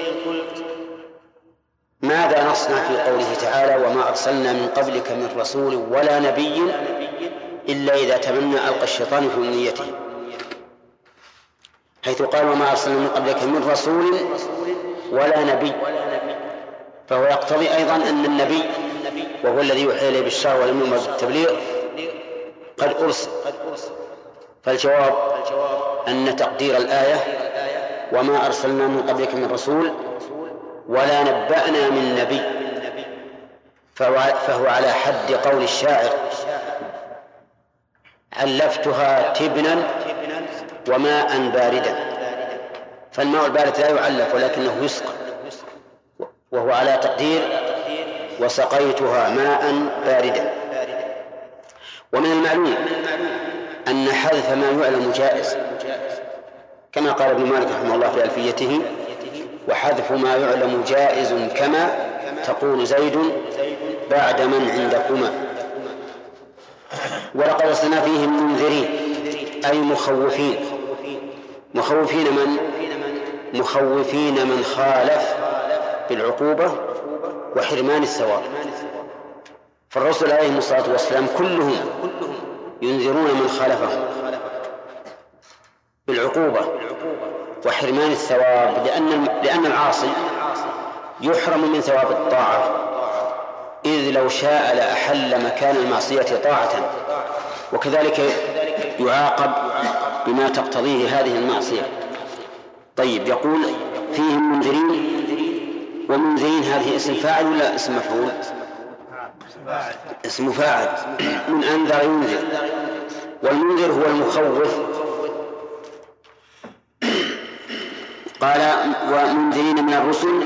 ماذا نصنع في قوله تعالى: وما أرسلنا من قبلك من رسول ولا نبي إلا إذا تمنى ألقى الشيطان في أمنيته، حيث قال: وما أرسلنا من قبلك من رسول ولا نبي، فهو يقتضي أيضا أن النبي وهو الذي يوحي إليه بالشرع ولم يؤمر بالتبليغ قد أرسل. فالجواب أن تقدير الآية: وما أرسلنا من قبلك من رسول ولا نبأنا من نبي، فهو على حد قول الشاعر: علفتها تبنا وماء باردا. فالماء البارد لا يعلف ولكنه يسقى، وهو على تقدير وسقيتها ماء باردا. ومن المعلوم أن حذف ما يعلم جائز، كما قال ابن مالك رحمه الله في ألفيته: وحذف ما يعلم جائز كما تقول زيد بعد من عندكما. ولقد أرسلنا فيهم منذرين أي مخوفين. مخوفين من خالف بالعقوبة وحرمان الثواب. فالرسل عليهم الصلاة والسلام كلهم ينذرون من خالفهم بالعقوبة وحرمان الثواب، لأن العاصي يحرم من ثواب الطاعة، إذ لو شاء لأحل مكان المعصية طاعة، وكذلك يعاقب بما تقتضيه هذه المعصية. طيب، يقول فيهم منذرين، ومنذرين هذه اسم فاعل ولا اسم مفعول؟ اسم فاعل، من أنذر ينذر، والمنذر هو المخوف. قال: ومنذرين من الرسل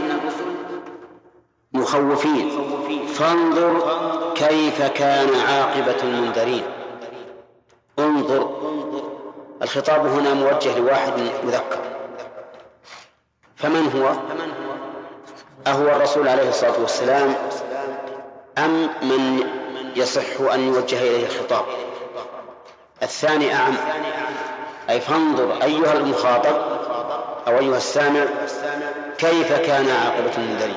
مخوفين فانظر كيف كان عاقبة المنذرين. انظر، الخطاب هنا موجه لواحد مذكر، فمن هو؟ أهو الرسول عليه الصلاة والسلام أم من يصح أن يوجه إليه الخطاب؟ الثاني أعم، أي فانظر أيها المخاطب أو أيها السامع كيف كان عاقبة المنذرين.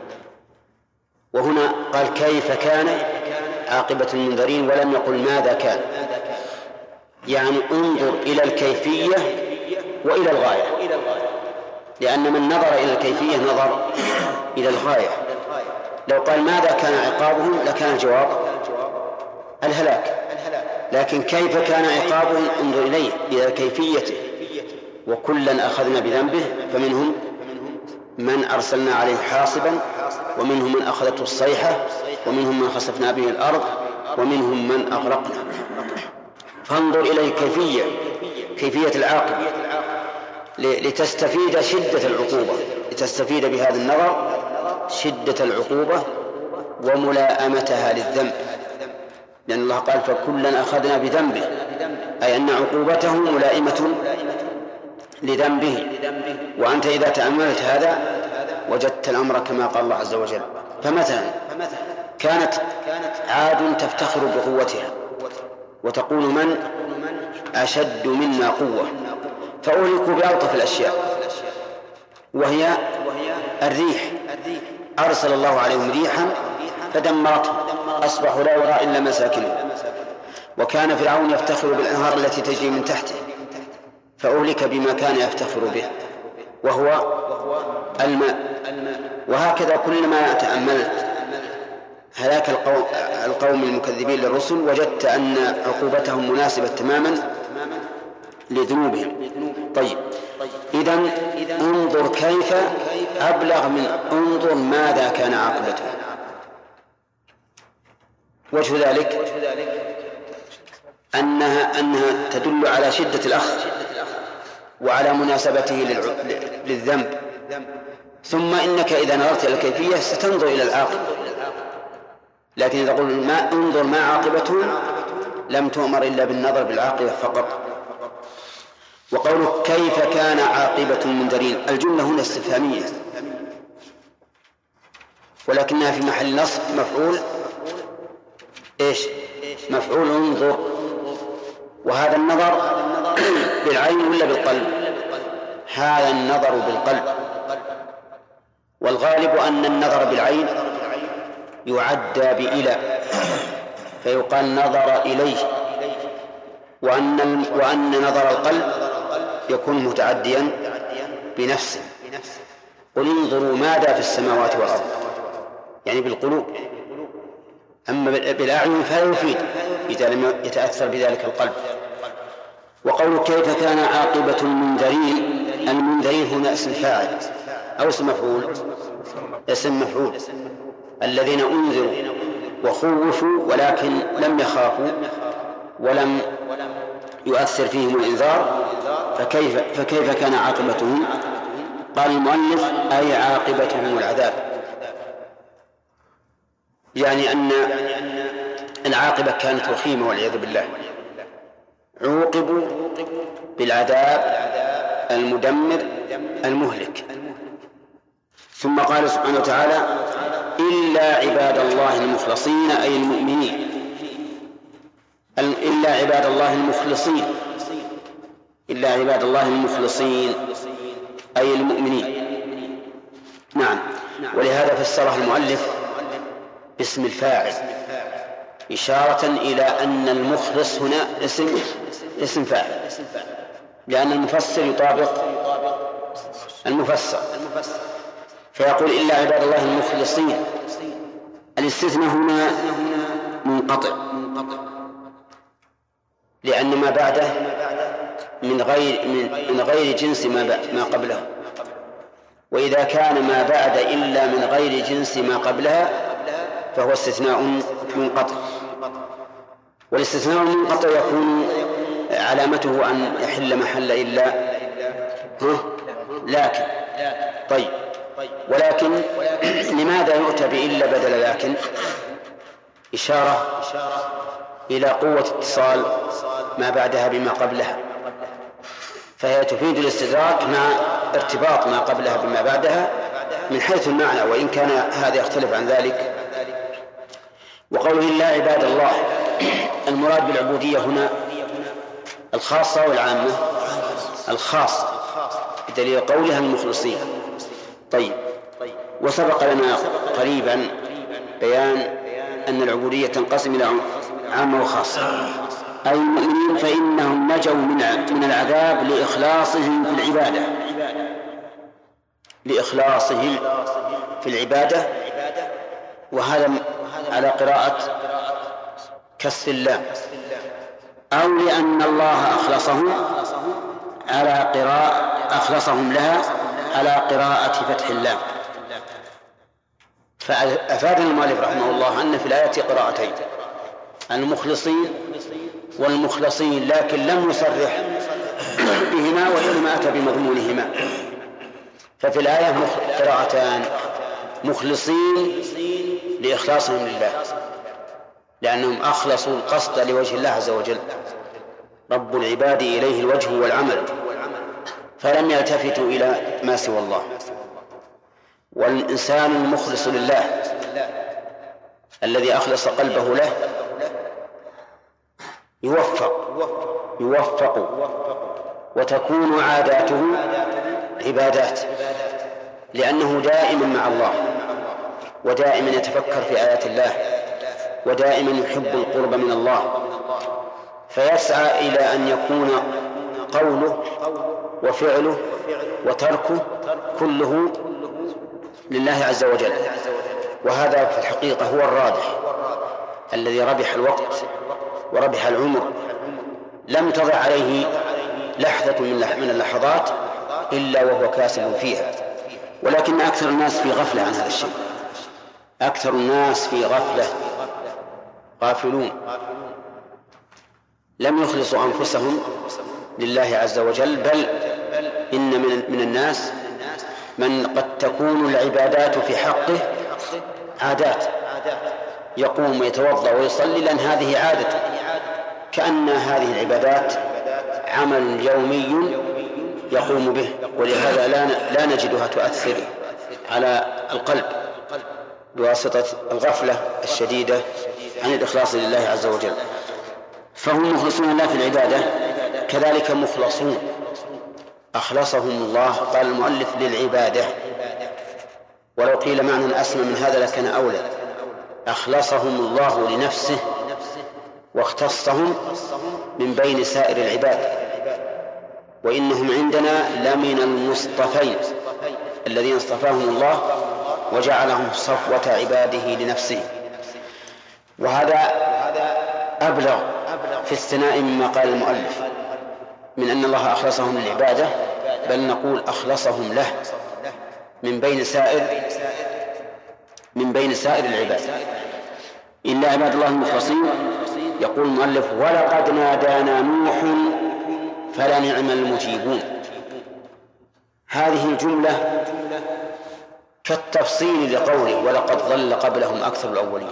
وهنا قال كيف كان عاقبة المنذرين ولم يقل ماذا كان، يعني انظر إلى الكيفية وإلى الغاية، لأن من نظر إلى الكيفية نظر إلى الغاية. لو قال ماذا كان عقابهم لكان الجواب الهلاك، لكن كيف كان عقابهم انظر إليه إلى كيفيته. وكلا أخذنا بذنبه فمنهم من أرسلنا عليه حاصبا ومنهم من أخذته الصيحة ومنهم من خسفنا به الأرض ومنهم من أغرقنا. فانظر إلى كيفية العاقبة لتستفيد شدة العقوبة، لتستفيد بهذا النظر شدة العقوبة وملائمتها للذنب، لأن الله قال فكلا أخذنا بذنبه، أي أن عقوبته ملائمة لذنبه. وأنت إذا تأملت هذا وجدت الأمر كما قال الله عز وجل. فمثلا كانت عاد تفتخر بقوتها وتقول من أشد منا قوة، فأهلكوا بألطف الأشياء وهي الريح. أرسل الله عليهم ريحا فدمرتهم أصبحوا لا يرى إلا مساكنهم. وكان فرعون يفتخر بالأنهار التي تجري من تحته فأهلك بما كان يفتخر به وهو الماء. وهكذا كلما تأملت هلاك القوم المكذبين للرسل وجدت أن عقوبتهم مناسبة تماما لذنوبهم. طيب، إذن انظر كيف أبلغ من انظر ماذا كان عاقبته. وجه ذلك أنها تدل على شدة الأخذ وعلى مناسبته للذنب. ثم إنك إذا نظرت إلى الكيفية ستنظر إلى العاقبة، لكن إذا قلنا انظر ما عاقبته لم تؤمر إلا بالنظر بالعاقبة فقط. وقوله كيف كان عاقبة المنذرين، الجملة هنا استفهامية ولكنها في محل نصب مفعول مفعول انظر. وهذا النظر بالعين ولا بالقلب؟ هذا النظر بالقلب، والغالب أن النظر بالعين يعدى بإلى فيقال نظر إليه، وأن نظر القلب يكون متعديا بنفسه. قل انظروا ماذا في السماوات والأرض، يعني بالقلوب. أما بالأعين فلا يفيد إذا لم يتأثر بذلك القلب. وقول كيف كان عاقبة المنذرين، المنذرين هنا اسم فاعل أو اسم مفعول؟ اسم مفعول. الذين أنذروا وخوفوا ولكن لم يخافوا ولم يؤثر فيهم الإنذار، فكيف كان عاقبتهم؟ قال المؤلف أي عاقبتهم العذاب، يعني أن العاقبة كانت وخيمة والعياذ بالله. عوقبوا بالعذاب المدمر المهلك. ثم قال سبحانه وتعالى إلا عباد الله المخلصين أي المؤمنين، إلا عباد الله المخلصين، إلا عباد الله المخلصين أي المؤمنين. نعم، ولهذا فسرها المؤلف باسم الفاعل إشارة إلى أن المخلص هنا اسم فاعل، لأن المفسر يطابق المفسر، فيقول إلا عباد الله المخلصين. الاستثناء هنا منقطع لأن ما بعده من غير جنس ما قبله، وإذا كان ما بعد إلا من غير جنس ما قبلها فهو استثناء منقطع. والاستثناء المنقطع يكون علامته أن يحل محل إلا لكن. طيب، ولكن لماذا يؤتى بإلا بدل لكن؟ إشارة إلى قوة اتصال ما بعدها بما قبلها، فهي تفيد الاستدراك مع ارتباط ما قبلها بما بعدها من حيث المعنى، وإن كان هذا يختلف عن ذلك. وقوله إلا عباد الله، المراد بالعبودية هنا الخاصة والعامة؟ الخاصة بدليل قولها المخلصين. طيب، وسبق لنا قريبا بيان أن العبودية تنقسم إلى عامة وخاصة، أي المؤمنين فإنهم نجوا من العذاب لإخلاصهم في العبادة، لإخلاصهم في العبادة، وهذا على قراءة كسر اللام، أو لأن الله أخلصهم لها على قراءة فتح اللام. فأفادنا المؤلف رحمه الله أن في الآية قراءتين، المخلصين والمخلصين، لكن لم يصرح بهما وإنما أتى بمضمونهما. ففي الآية قراءتان، مخلصين لإخلاصهم لله لأنهم أخلصوا القصد لوجه الله عز وجل، رب العباد إليه الوجه والعمل، فلم يلتفتوا إلى ما سوى الله. والإنسان المخلص لله الذي أخلص قلبه له يوفق وتكون عاداته عبادات، لأنه دائما مع الله، ودائما يتفكر في آيات الله، ودائما يحب القرب من الله، فيسعى إلى أن يكون قوله وفعله وتركه كله لله عز وجل. وهذا في الحقيقة هو الرابح الذي ربح الوقت وربح العمر، لم تضع عليه لحظة من اللحظات إلا وهو كاسب فيها. ولكن أكثر الناس في غفلة عن هذا الشيء، أكثر الناس في غفلة غافلون، لم يخلصوا أنفسهم لله عز وجل، بل إن من الناس من قد تكون العبادات في حقه عادات، يقوم ويتوضأ ويصلي لأن هذه عادته، كأن هذه العبادات عمل يومي يقوم به، ولهذا لا نجدها تؤثر على القلب بواسطة الغفلة الشديدة عن الإخلاص لله عز وجل. فهم مخلصون الله في العبادة، كذلك مخلصون أخلصهم الله، قال المؤلف للعبادة، ولو قيل معنى أسمى من هذا لكان أولى، أخلصهم الله لنفسه واختصهم من بين سائر العباد، وإنهم عندنا لمن المصطفين الذين اصطفاهم الله وجعلهم صفوة عباده لنفسه. وهذا أبلغ في الثناء مما قال المؤلف من أن الله أخلصهم للعبادة، بل نقول أخلصهم له من بين سائر العباد إلا عباد الله المخلصين. يقول المؤلف ولقد نادانا نوح فلنعم المجيبون. هذه الجملة كالتفصيل لقوله ولقد ضل قبلهم أكثر الأولين.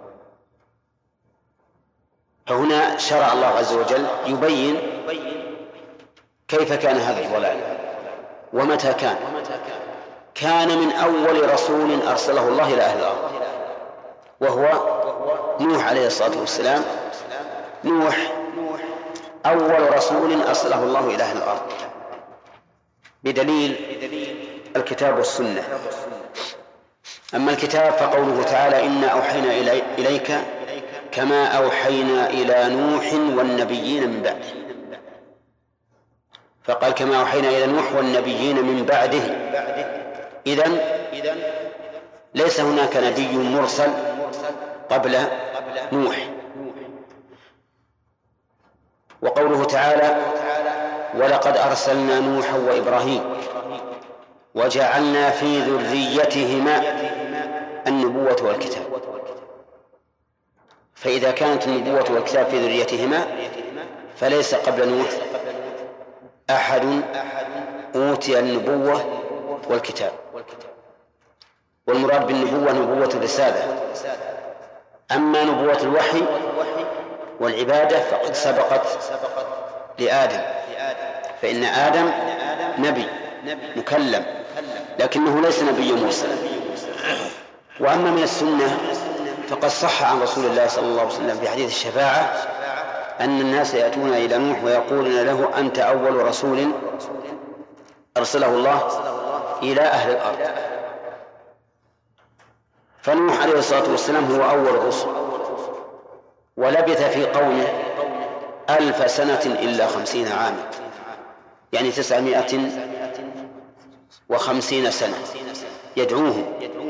فهنا شرع الله عز وجل يبين كيف كان هذا الضلال ومتى كان من أول رسول أرسله الله إلى أهل الأرض، وهو نوح عليه الصلاة والسلام. نوح أول رسول أرسله الله إلى أهل الأرض بدليل الكتاب والسنة. أما الكتاب فقوله تعالى إنا أوحينا إليك كما أوحينا إلى نوح والنبيين من بعده، فقال كما أوحينا إلى نوح والنبيين من بعده. إذن ليس هناك نبي مرسل قبل نوح. وقوله تعالى ولقد أرسلنا نوحا وإبراهيم وجعلنا في ذريتهما النبوة والكتاب. فإذا كانت النبوة والكتاب في ذريتهما فليس قبل نوح أحد أوتي النبوة والكتاب. والمراد بالنبوة نبوة الرسالة. أما نبوة الوحي والعبادة فقد سبقت لآدم، فإن آدم نبي مكلم لكنه ليس نبي مرسل. وأما من السنة فقد صح عن رسول الله صلى الله عليه وسلم في حديث الشفاعة أن الناس يأتون إلى نوح ويقولون له أنت أول رسول أرسله الله إلى أهل الأرض. فنوح عليه الصلاة والسلام هو أول الرسل، ولبث في قومه 1000 سنة إلا 50 عاما، يعني 950 سنة يدعوهم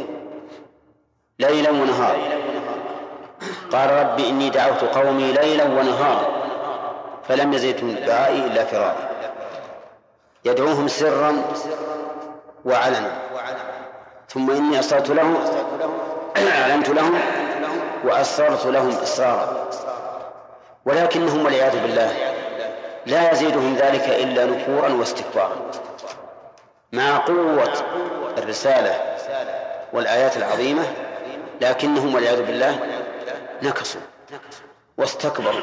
ليلا ونهارا. قال رب إني دعوت قومي ليلا ونهارا فلم يزدهم دعائي إلا فرارا. يدعوهم سرا وعلنا، ثم إني أسررت لهم أعلنت لهم وأسررت لهم إسرارا، ولكنهم والعياذ بالله لا يزيدهم ذلك إلا نفورا واستكبارا. مع قوة الرسالة والآيات العظيمة لكنهم والعياذ بالله نكصوا واستكبروا،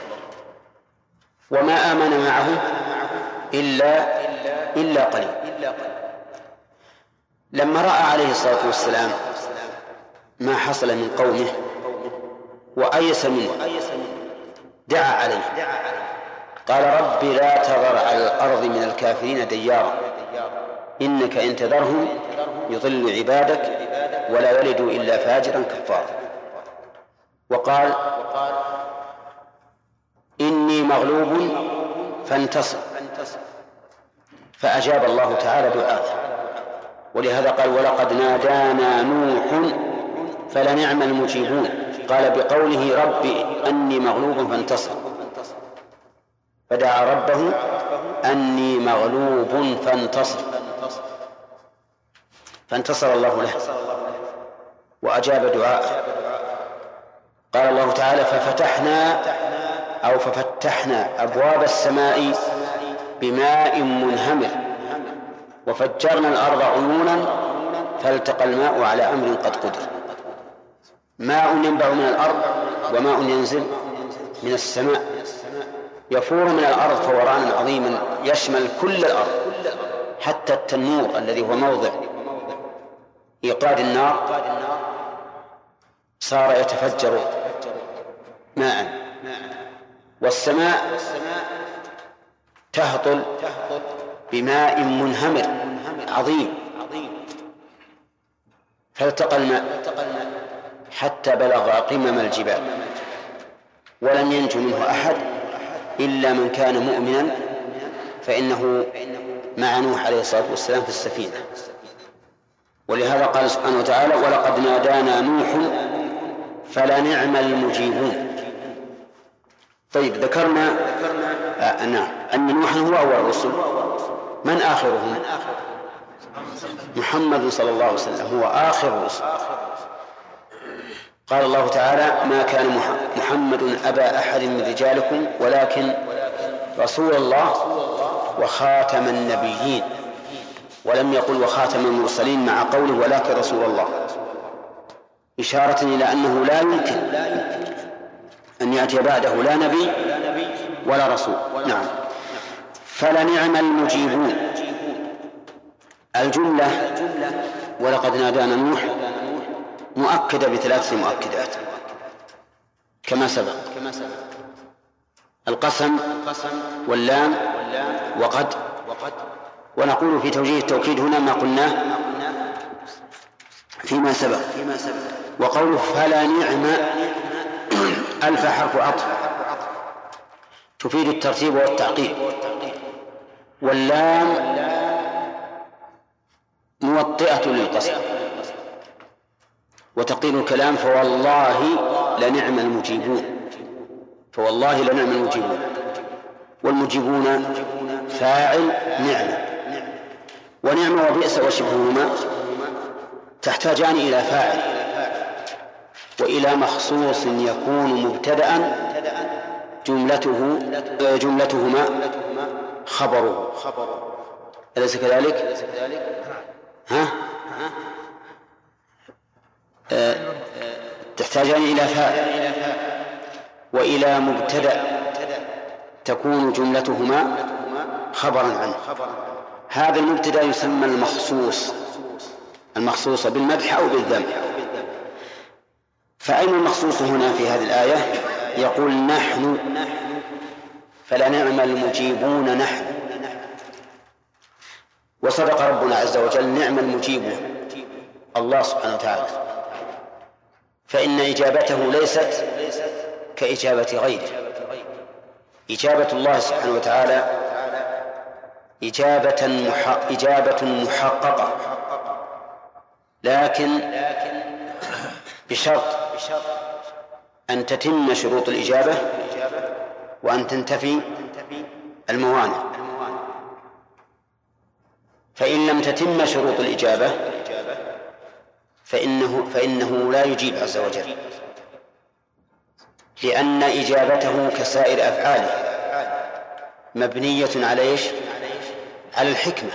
وما آمن معه إلا قليل. لما رأى عليه الصلاة والسلام ما حصل من قومه وأيس منه دعا عليه، قال رب لا تذر على الأرض من الكافرين ديارا إنك إن تذرهم يضل عبادك ولا يلدوا إلا فاجرا كفارا. وقال إني مغلوب فانتصر، فأجاب الله تعالى دعاءه. ولهذا قال ولقد نادانا نوح فلنعم المجيبون، قال بقوله ربي أني مغلوب فانتصر، فدعا ربه أني مغلوب فانتصر الله له وأجاب دعاءه. قال الله تعالى ففتحنا أبواب السماء بماء منهمر وفجرنا الأرض عيونا فالتقى الماء على أمر قد قدر. ماء ينبع من الأرض وماء ينزل من السماء يفور من الأرض فورانا عظيما يشمل كل الأرض، حتى التنور الذي هو موضع إيقاد النار صار يتفجر ماء. والسماء تهطل بماء منهمر عظيم، فالتقى الماء حتى بلغ قمم الجبال ولم ينج منه أحد إلا من كان مؤمنا فإنه مع نوح عليه الصلاة والسلام في السفينة. ولهذا قال سبحانه وتعالى ولقد نادانا نوح فلنعم المجيبون. طيب ذكرنا أن نوحا هو أول الرسل، من آخرهم؟ محمد صلى الله عليه وسلم هو آخر الرسل. قال الله تعالى ما كان محمد أبا أحد من رجالكم ولكن رسول الله وخاتم النبيين، ولم يقل وخاتم المرسلين مع قوله ولكن رسول الله، إشارة إلى أنه لا يمكن أن يأتي بعده لا نبي ولا رسول. نعم. فلنعم المجيبون. الجملة ولقد نادانا نوح مؤكدة ب3 مؤكدات كما سبق: القسم واللام وقد. ونقول في توجيه التوكيد هنا ما قلناه فيما سبق. وقوله فلنعم ألف حرف عطف تفيد الترتيب والتعقيب، واللام موطئة للقسم، وتقدير الكلام فوالله لنعم المجيبون، فوالله لنعم المجيبون. والمجيبون فاعل نعمة، ونعمة وبئس وشبههما تحتاجان إلى فاعل وإلى مخصوص يكون مبتدأ جملتهما خبره، أليس كذلك؟ تحتاجان إلى فاعل وإلى مبتدأ تكون جملتهما خبرا عنه. هذا المبتدأ يسمى المخصوص بالمدح أو بالذم. فأين المخصوص هنا في هذه الآية؟ يقول نحن فلنعم المجيبون نحن. وصدق ربنا عز وجل نعم المجيبون الله سبحانه وتعالى، فإن إجابته ليست كإجابة غيره، إجابة الله سبحانه وتعالى إجابة محققة، لكن بشرط أن تتم شروط الإجابة وأن تنتفي الموانع. فإن لم تتم شروط الإجابة فإنه لا يجيب عز وجل، لأن إجابته كسائر أفعاله مبنية على إيش؟ على الحكمة،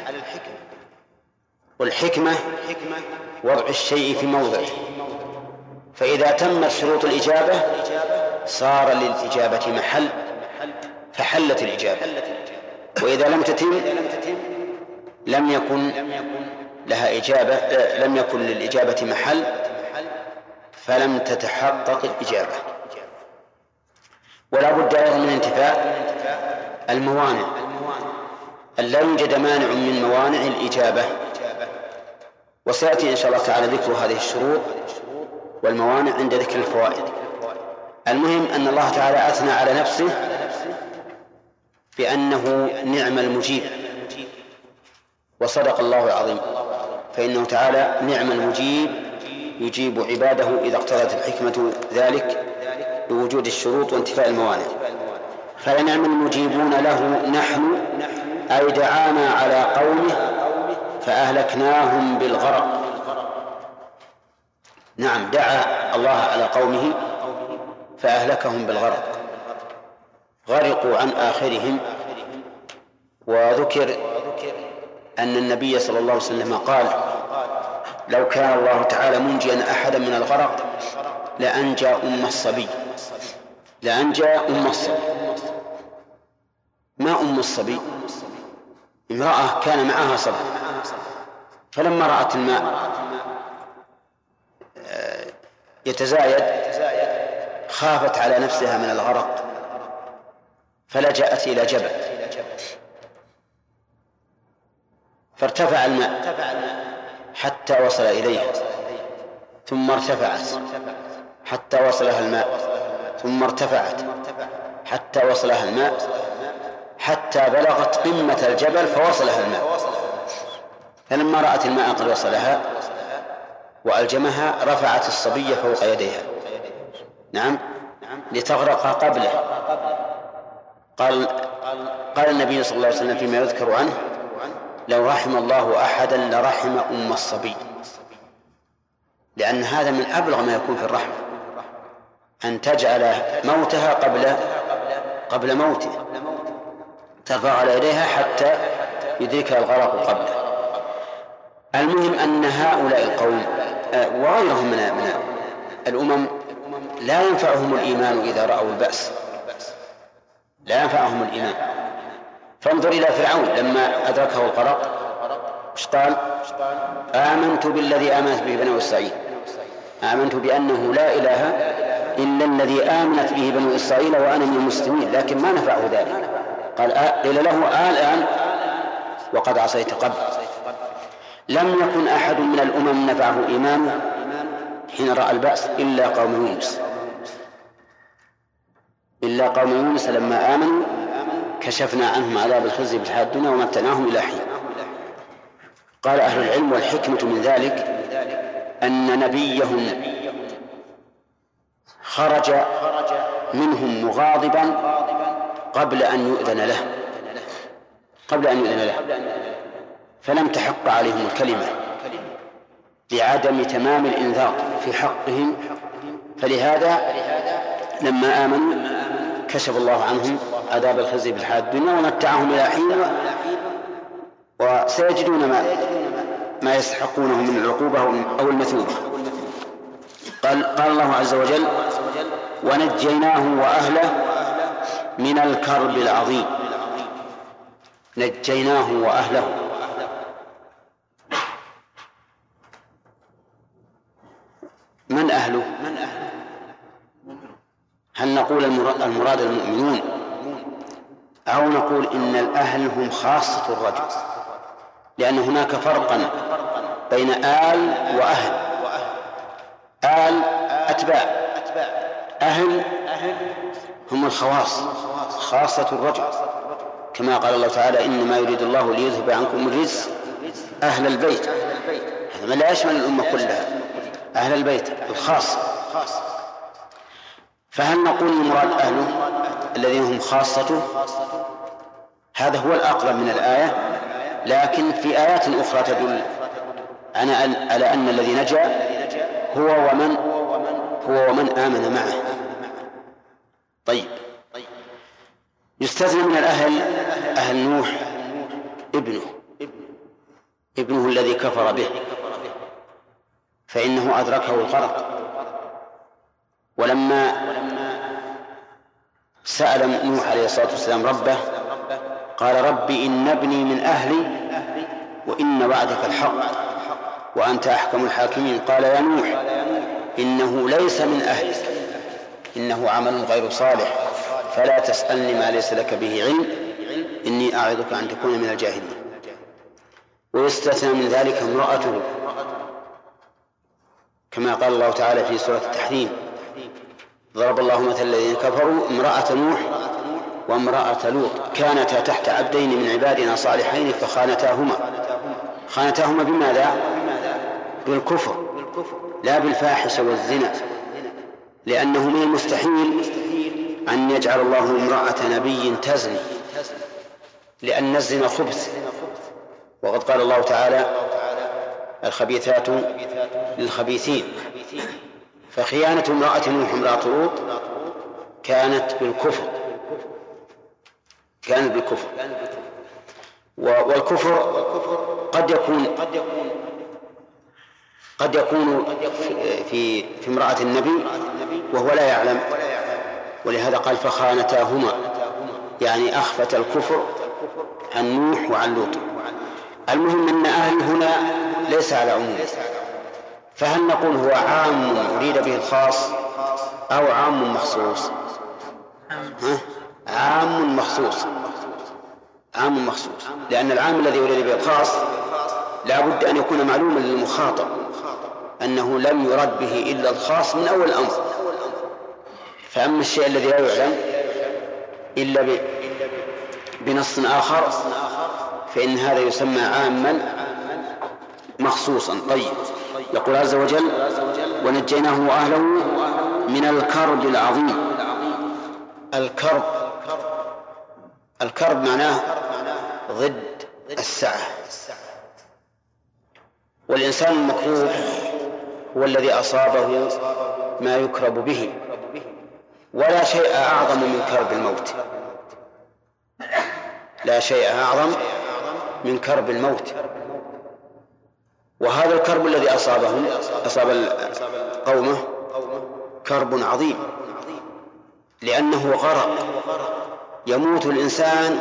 والحكمة وضع الشيء في موضعه، فإذا تمت شروط الإجابة صار للإجابة محل فحلت الإجابة، وإذا لم تتم لم يكن لها إجابة، لم يكن للإجابة محل فلم تتحقق الإجابة. ولا بد أيضا من انتفاء الموانع، أن لا يوجد مانع من موانع الإجابة، وسيأتي إن شاء الله تعالى ذكر هذه الشروط والموانع عند ذكر الفوائد. المهم أن الله تعالى أثنى على نفسه بأنه نعم المجيب، وصدق الله العظيم، فإنه تعالى نعم المجيب يجيب عباده إذا اقتضت الحكمة ذلك بوجود الشروط وانتفاء الموانع. فلنعم المجيبون له نحن، أي دعانا على قومه فأهلكناهم بالغرق. نعم، دعا الله على قومه فأهلكهم بالغرق، غرقوا عن آخرهم. وذكر أن النبي صلى الله عليه وسلم قال: لو كان الله تعالى منجيا أحدا من الغرق لأنجى أم الصبي. لأنجى أم الصبي. ما أم الصبي؟ امرأة كان معها صبي، فلما رأت الماء يتزايد خافت على نفسها من الغرق، فلجأت إلى جبل فارتفع الماء حتى وصل إليها، ثم ارتفعت حتى وصلها الماء، ثم ارتفعت حتى وصلها الماء، حتى بلغت قمة الجبل فوصلها الماء. فلما رأت الماء قد وصلها وألجمها رفعت الصبي فوق يديها، نعم، لتغرق قبله. قال النبي صلى الله عليه وسلم فيما يذكر عنه: لو رحم الله أحدا لرحم أم الصبي، لأن هذا من أبلغ ما يكون في الرحمة، أن تجعل موتها قبل موته، ترفع على يديها حتى يدركها الغرق قبله. المهم أن هؤلاء القوم وغيرهم من الأمم لا ينفعهم الإيمان إذا رأوا البأس، لا ينفعهم الإيمان. فانظر إلى فرعون لما أدركه الغرق ايش قال؟ آمنت بالذي آمنت به بنو إسرائيل، آمنت بأنه لا إله إلا الذي آمنت به بنو إسرائيل وأنا من المسلمين، لكن ما نفعه ذلك. قال له الآن وقد عصيت قبل. لم يكن أحد من الأمم نفعه إيمانه حين رأى البأس إلا قوم يونس، إلا قوم يونس لما آمنوا كشفنا عنهم عذاب الخزي في الحياة الدنيا ومتعناهم إلى حين. قال أهل العلم: والحكمة من ذلك أن نبيهم خرج منهم مغاضبا قبل أن يؤذن له، فلم تحق عليهم الكلمة لعدم تمام الإنذار في حقهم، فلهذا لما آمنوا كشف الله عنهم عذاب الخزي في الحياة الدنيا ومتعهم إلى حين، وسيجدون ما يستحقونه من العقوبة أو المثوبة. قال الله عز وجل: ونجيناه وأهله من الكرب العظيم. نجيناه وأهله. من أهله؟ هل نقول المراد المؤمنون، أو نقول إن الأهل هم خاصة الرجل؟ لأن هناك فرقا بين آل وأهل. آل أتباع، أهل هم الخواص، خاصة الرجل، كما قال الله تعالى إنما يريد الله ليذهب عنكم الرجس أهل البيت. هذا لا يشمل الأمة كلها، أهل البيت الخاص. فهل نقول المراد أهله الذين هم خاصته؟ هذا هو الأقرب من الآية، لكن في آيات أخرى تدل على أن الذي نجا هو ومن آمن معه. طيب، يستثنى من الأهل أهل نوح ابنه الذي كفر به، فإنه أدركه الغرق. ولما سأل نوح عليه الصلاة والسلام ربه قال رب إن ابني من أهلي وإن وعدك الحق وأنت أحكم الحاكمين، قال يا نوح إنه ليس من أهلك إنه عمل غير صالح فلا تسألني ما ليس لك به علم إني أعظك أن تكون من الجاهلين. ويستثنى من ذلك امرأته، كما قال الله تعالى في سورة التحريم ضرب الله مثل الذين كفروا امرأة نوح وامرأة لوط كانتا تحت عبدين من عبادنا صالحين خانتاهما بماذا؟ بالكفر لا بالفاحشة والزنا، لأنه من المستحيل أن يجعل الله امرأة نبي تزني، لأن الزنا خبث، وقد قال الله تعالى الخبيثات للخبيثين. فخيانة امرأة نوح امرأة لوط كانت بالكفر. والكفر قد يكون في امرأة النبي وهو لا يعلم، ولهذا قال فخانتاهما، يعني أخفت الكفر عن نوح وعن لوط. المهم أن أهل هنا ليس على عموم، فهل نقول هو عام أريد به الخاص أو عام مخصوص؟ عام مخصوص، لأن العام الذي يريد به الخاص لا بد أن يكون معلوما للمخاطب أنه لم يرد به إلا الخاص من أول الأمر. فأما الشيء الذي لا يعلم إلا بنص آخر فإن هذا يسمى عاما مخصوصا. طيب، يقول عز وجل ونجيناه وأهله من الكرب العظيم. الكرب معناه ضد السعة، والإنسان المكروب هو الذي أصابه ما يكرب به، ولا شيء أعظم من كرب الموت، لا شيء أعظم من كرب الموت. وهذا الكرب الذي أصاب قومه كرب عظيم، لأنه غرق، يموت الإنسان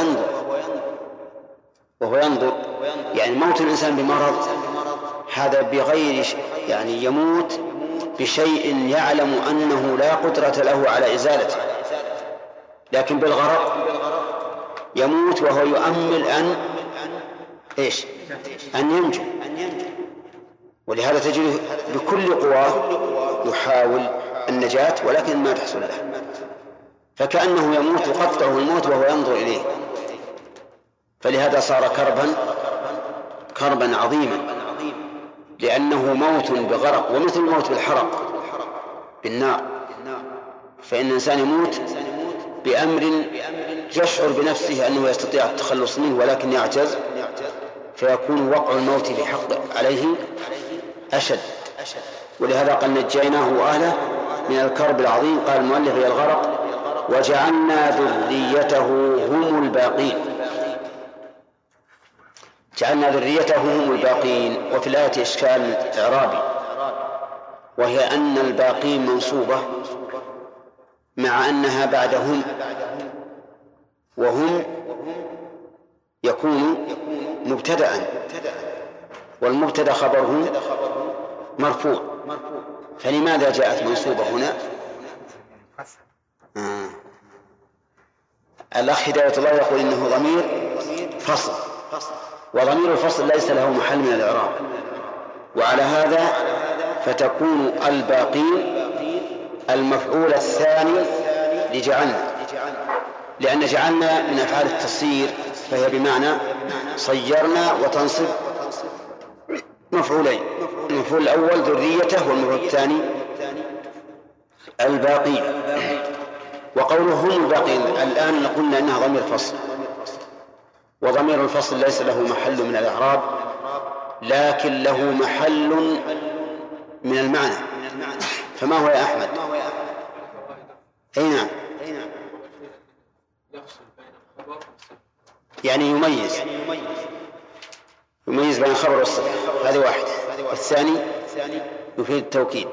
وهو ينظر، يعني موت الإنسان بمرض هذا بغير يعني يموت بشيء يعلم أنه لا قدرة له على إزالته، لكن بالغرق يموت وهو يؤمل أن ينجو. ولهذا تجده بكل قواه يحاول النجاة ولكن ما تحصل له، فكأنه يموت يقطعه الموت وهو ينظر إليه. فلهذا صار كربا عظيما، لأنه موت بغرق، ومثل الموت بالحرق بالنار. فإن الإنسان يموت بأمر يشعر بنفسه أنه يستطيع التخلص منه ولكن يعجز، فيكون وقع الموت في حقه عليه أشد. ولهذا قال نجيناه وأهله من الكرب العظيم. قال المؤلف هي الغرق وجعلنا ذريته هم الباقين. جعلنا ذريته هم الباقين. وفي الآية إشكال إعرابي، وهي أن الباقين منصوبة مع أنها بعد هم، وهم يكون مبتدأ، والمبتدأ خبره مرفوع، فلماذا جاءت منصوبة هنا؟ الأخ هداية الله يقول إنه ضمير فصل، وضمير الفصل ليس له محل من الإعراب، وعلى هذا فتكون الباقين المفعول الثاني لجعلنا، لأن جعلنا من أفعال التصير، فهي بمعنى صيرنا، وتنصب مفعولين، المفعول الأول ذريته، والمفعول الثاني الباقي. وقوله هم الباقين الآن قلنا إنها ضمير فصل، وضمير الفصل ليس له محل من الإعراب، لكن له محل من المعنى. فما هو يا أحمد؟ أي نعم، يعني يميز بين الخبر والصفة، هذه واحدة. والثاني يفيد التوكيد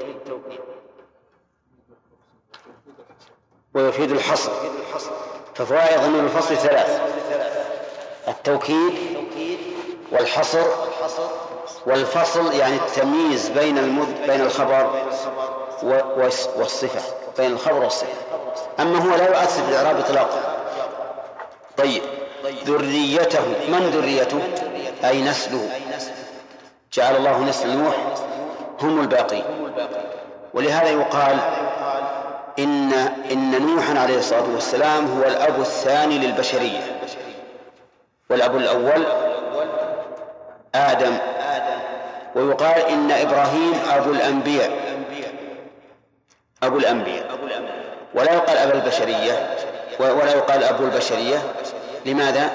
ويفيد الحصر. ففوائد ضمير الفصل ثلاث: التوكيد والحصر والفصل، يعني التمييز بين الخبر والصفة، بين الخبر والصفة. أما هو لا يؤثر في الإعراب إطلاقا. طيب، ذريته، من ذريته؟ أي نسله، جعل الله نسل نوح هم الباقي. ولهذا يقال إن نوحا عليه الصلاة والسلام هو الأب الثاني للبشرية، والأب الأول آدم. ويقال إن إبراهيم أبو الأنبياء، ولا يقال أبو البشرية، ولا يقال أبو البشرية. لماذا؟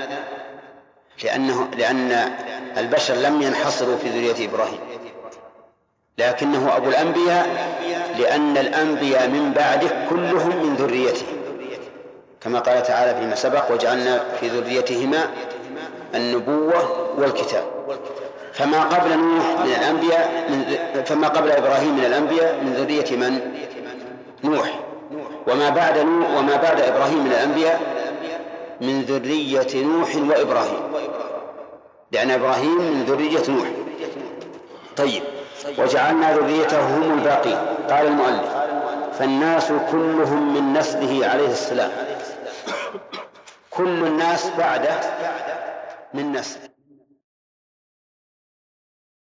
لأن البشر لم ينحصروا في ذرية إبراهيم، لكنه أبو الأنبياء، لأن الأنبياء من بعده كلهم من ذريته، كما قال تعالى فيما سبق: وجعلنا في ذريتهما النبوة والكتاب. فما قبل نوح من الأنبياء فما قبل إبراهيم من الأنبياء من ذرية من؟ نوح. وما بعد إبراهيم من الأنبياء من ذرية نوح وإبراهيم، لأن إبراهيم من ذرية نوح. طيب، وجعلنا ذريته هم الباقي. قال المؤلف: فالناس كلهم من نسله عليه السلام، كل الناس بعده من نسله.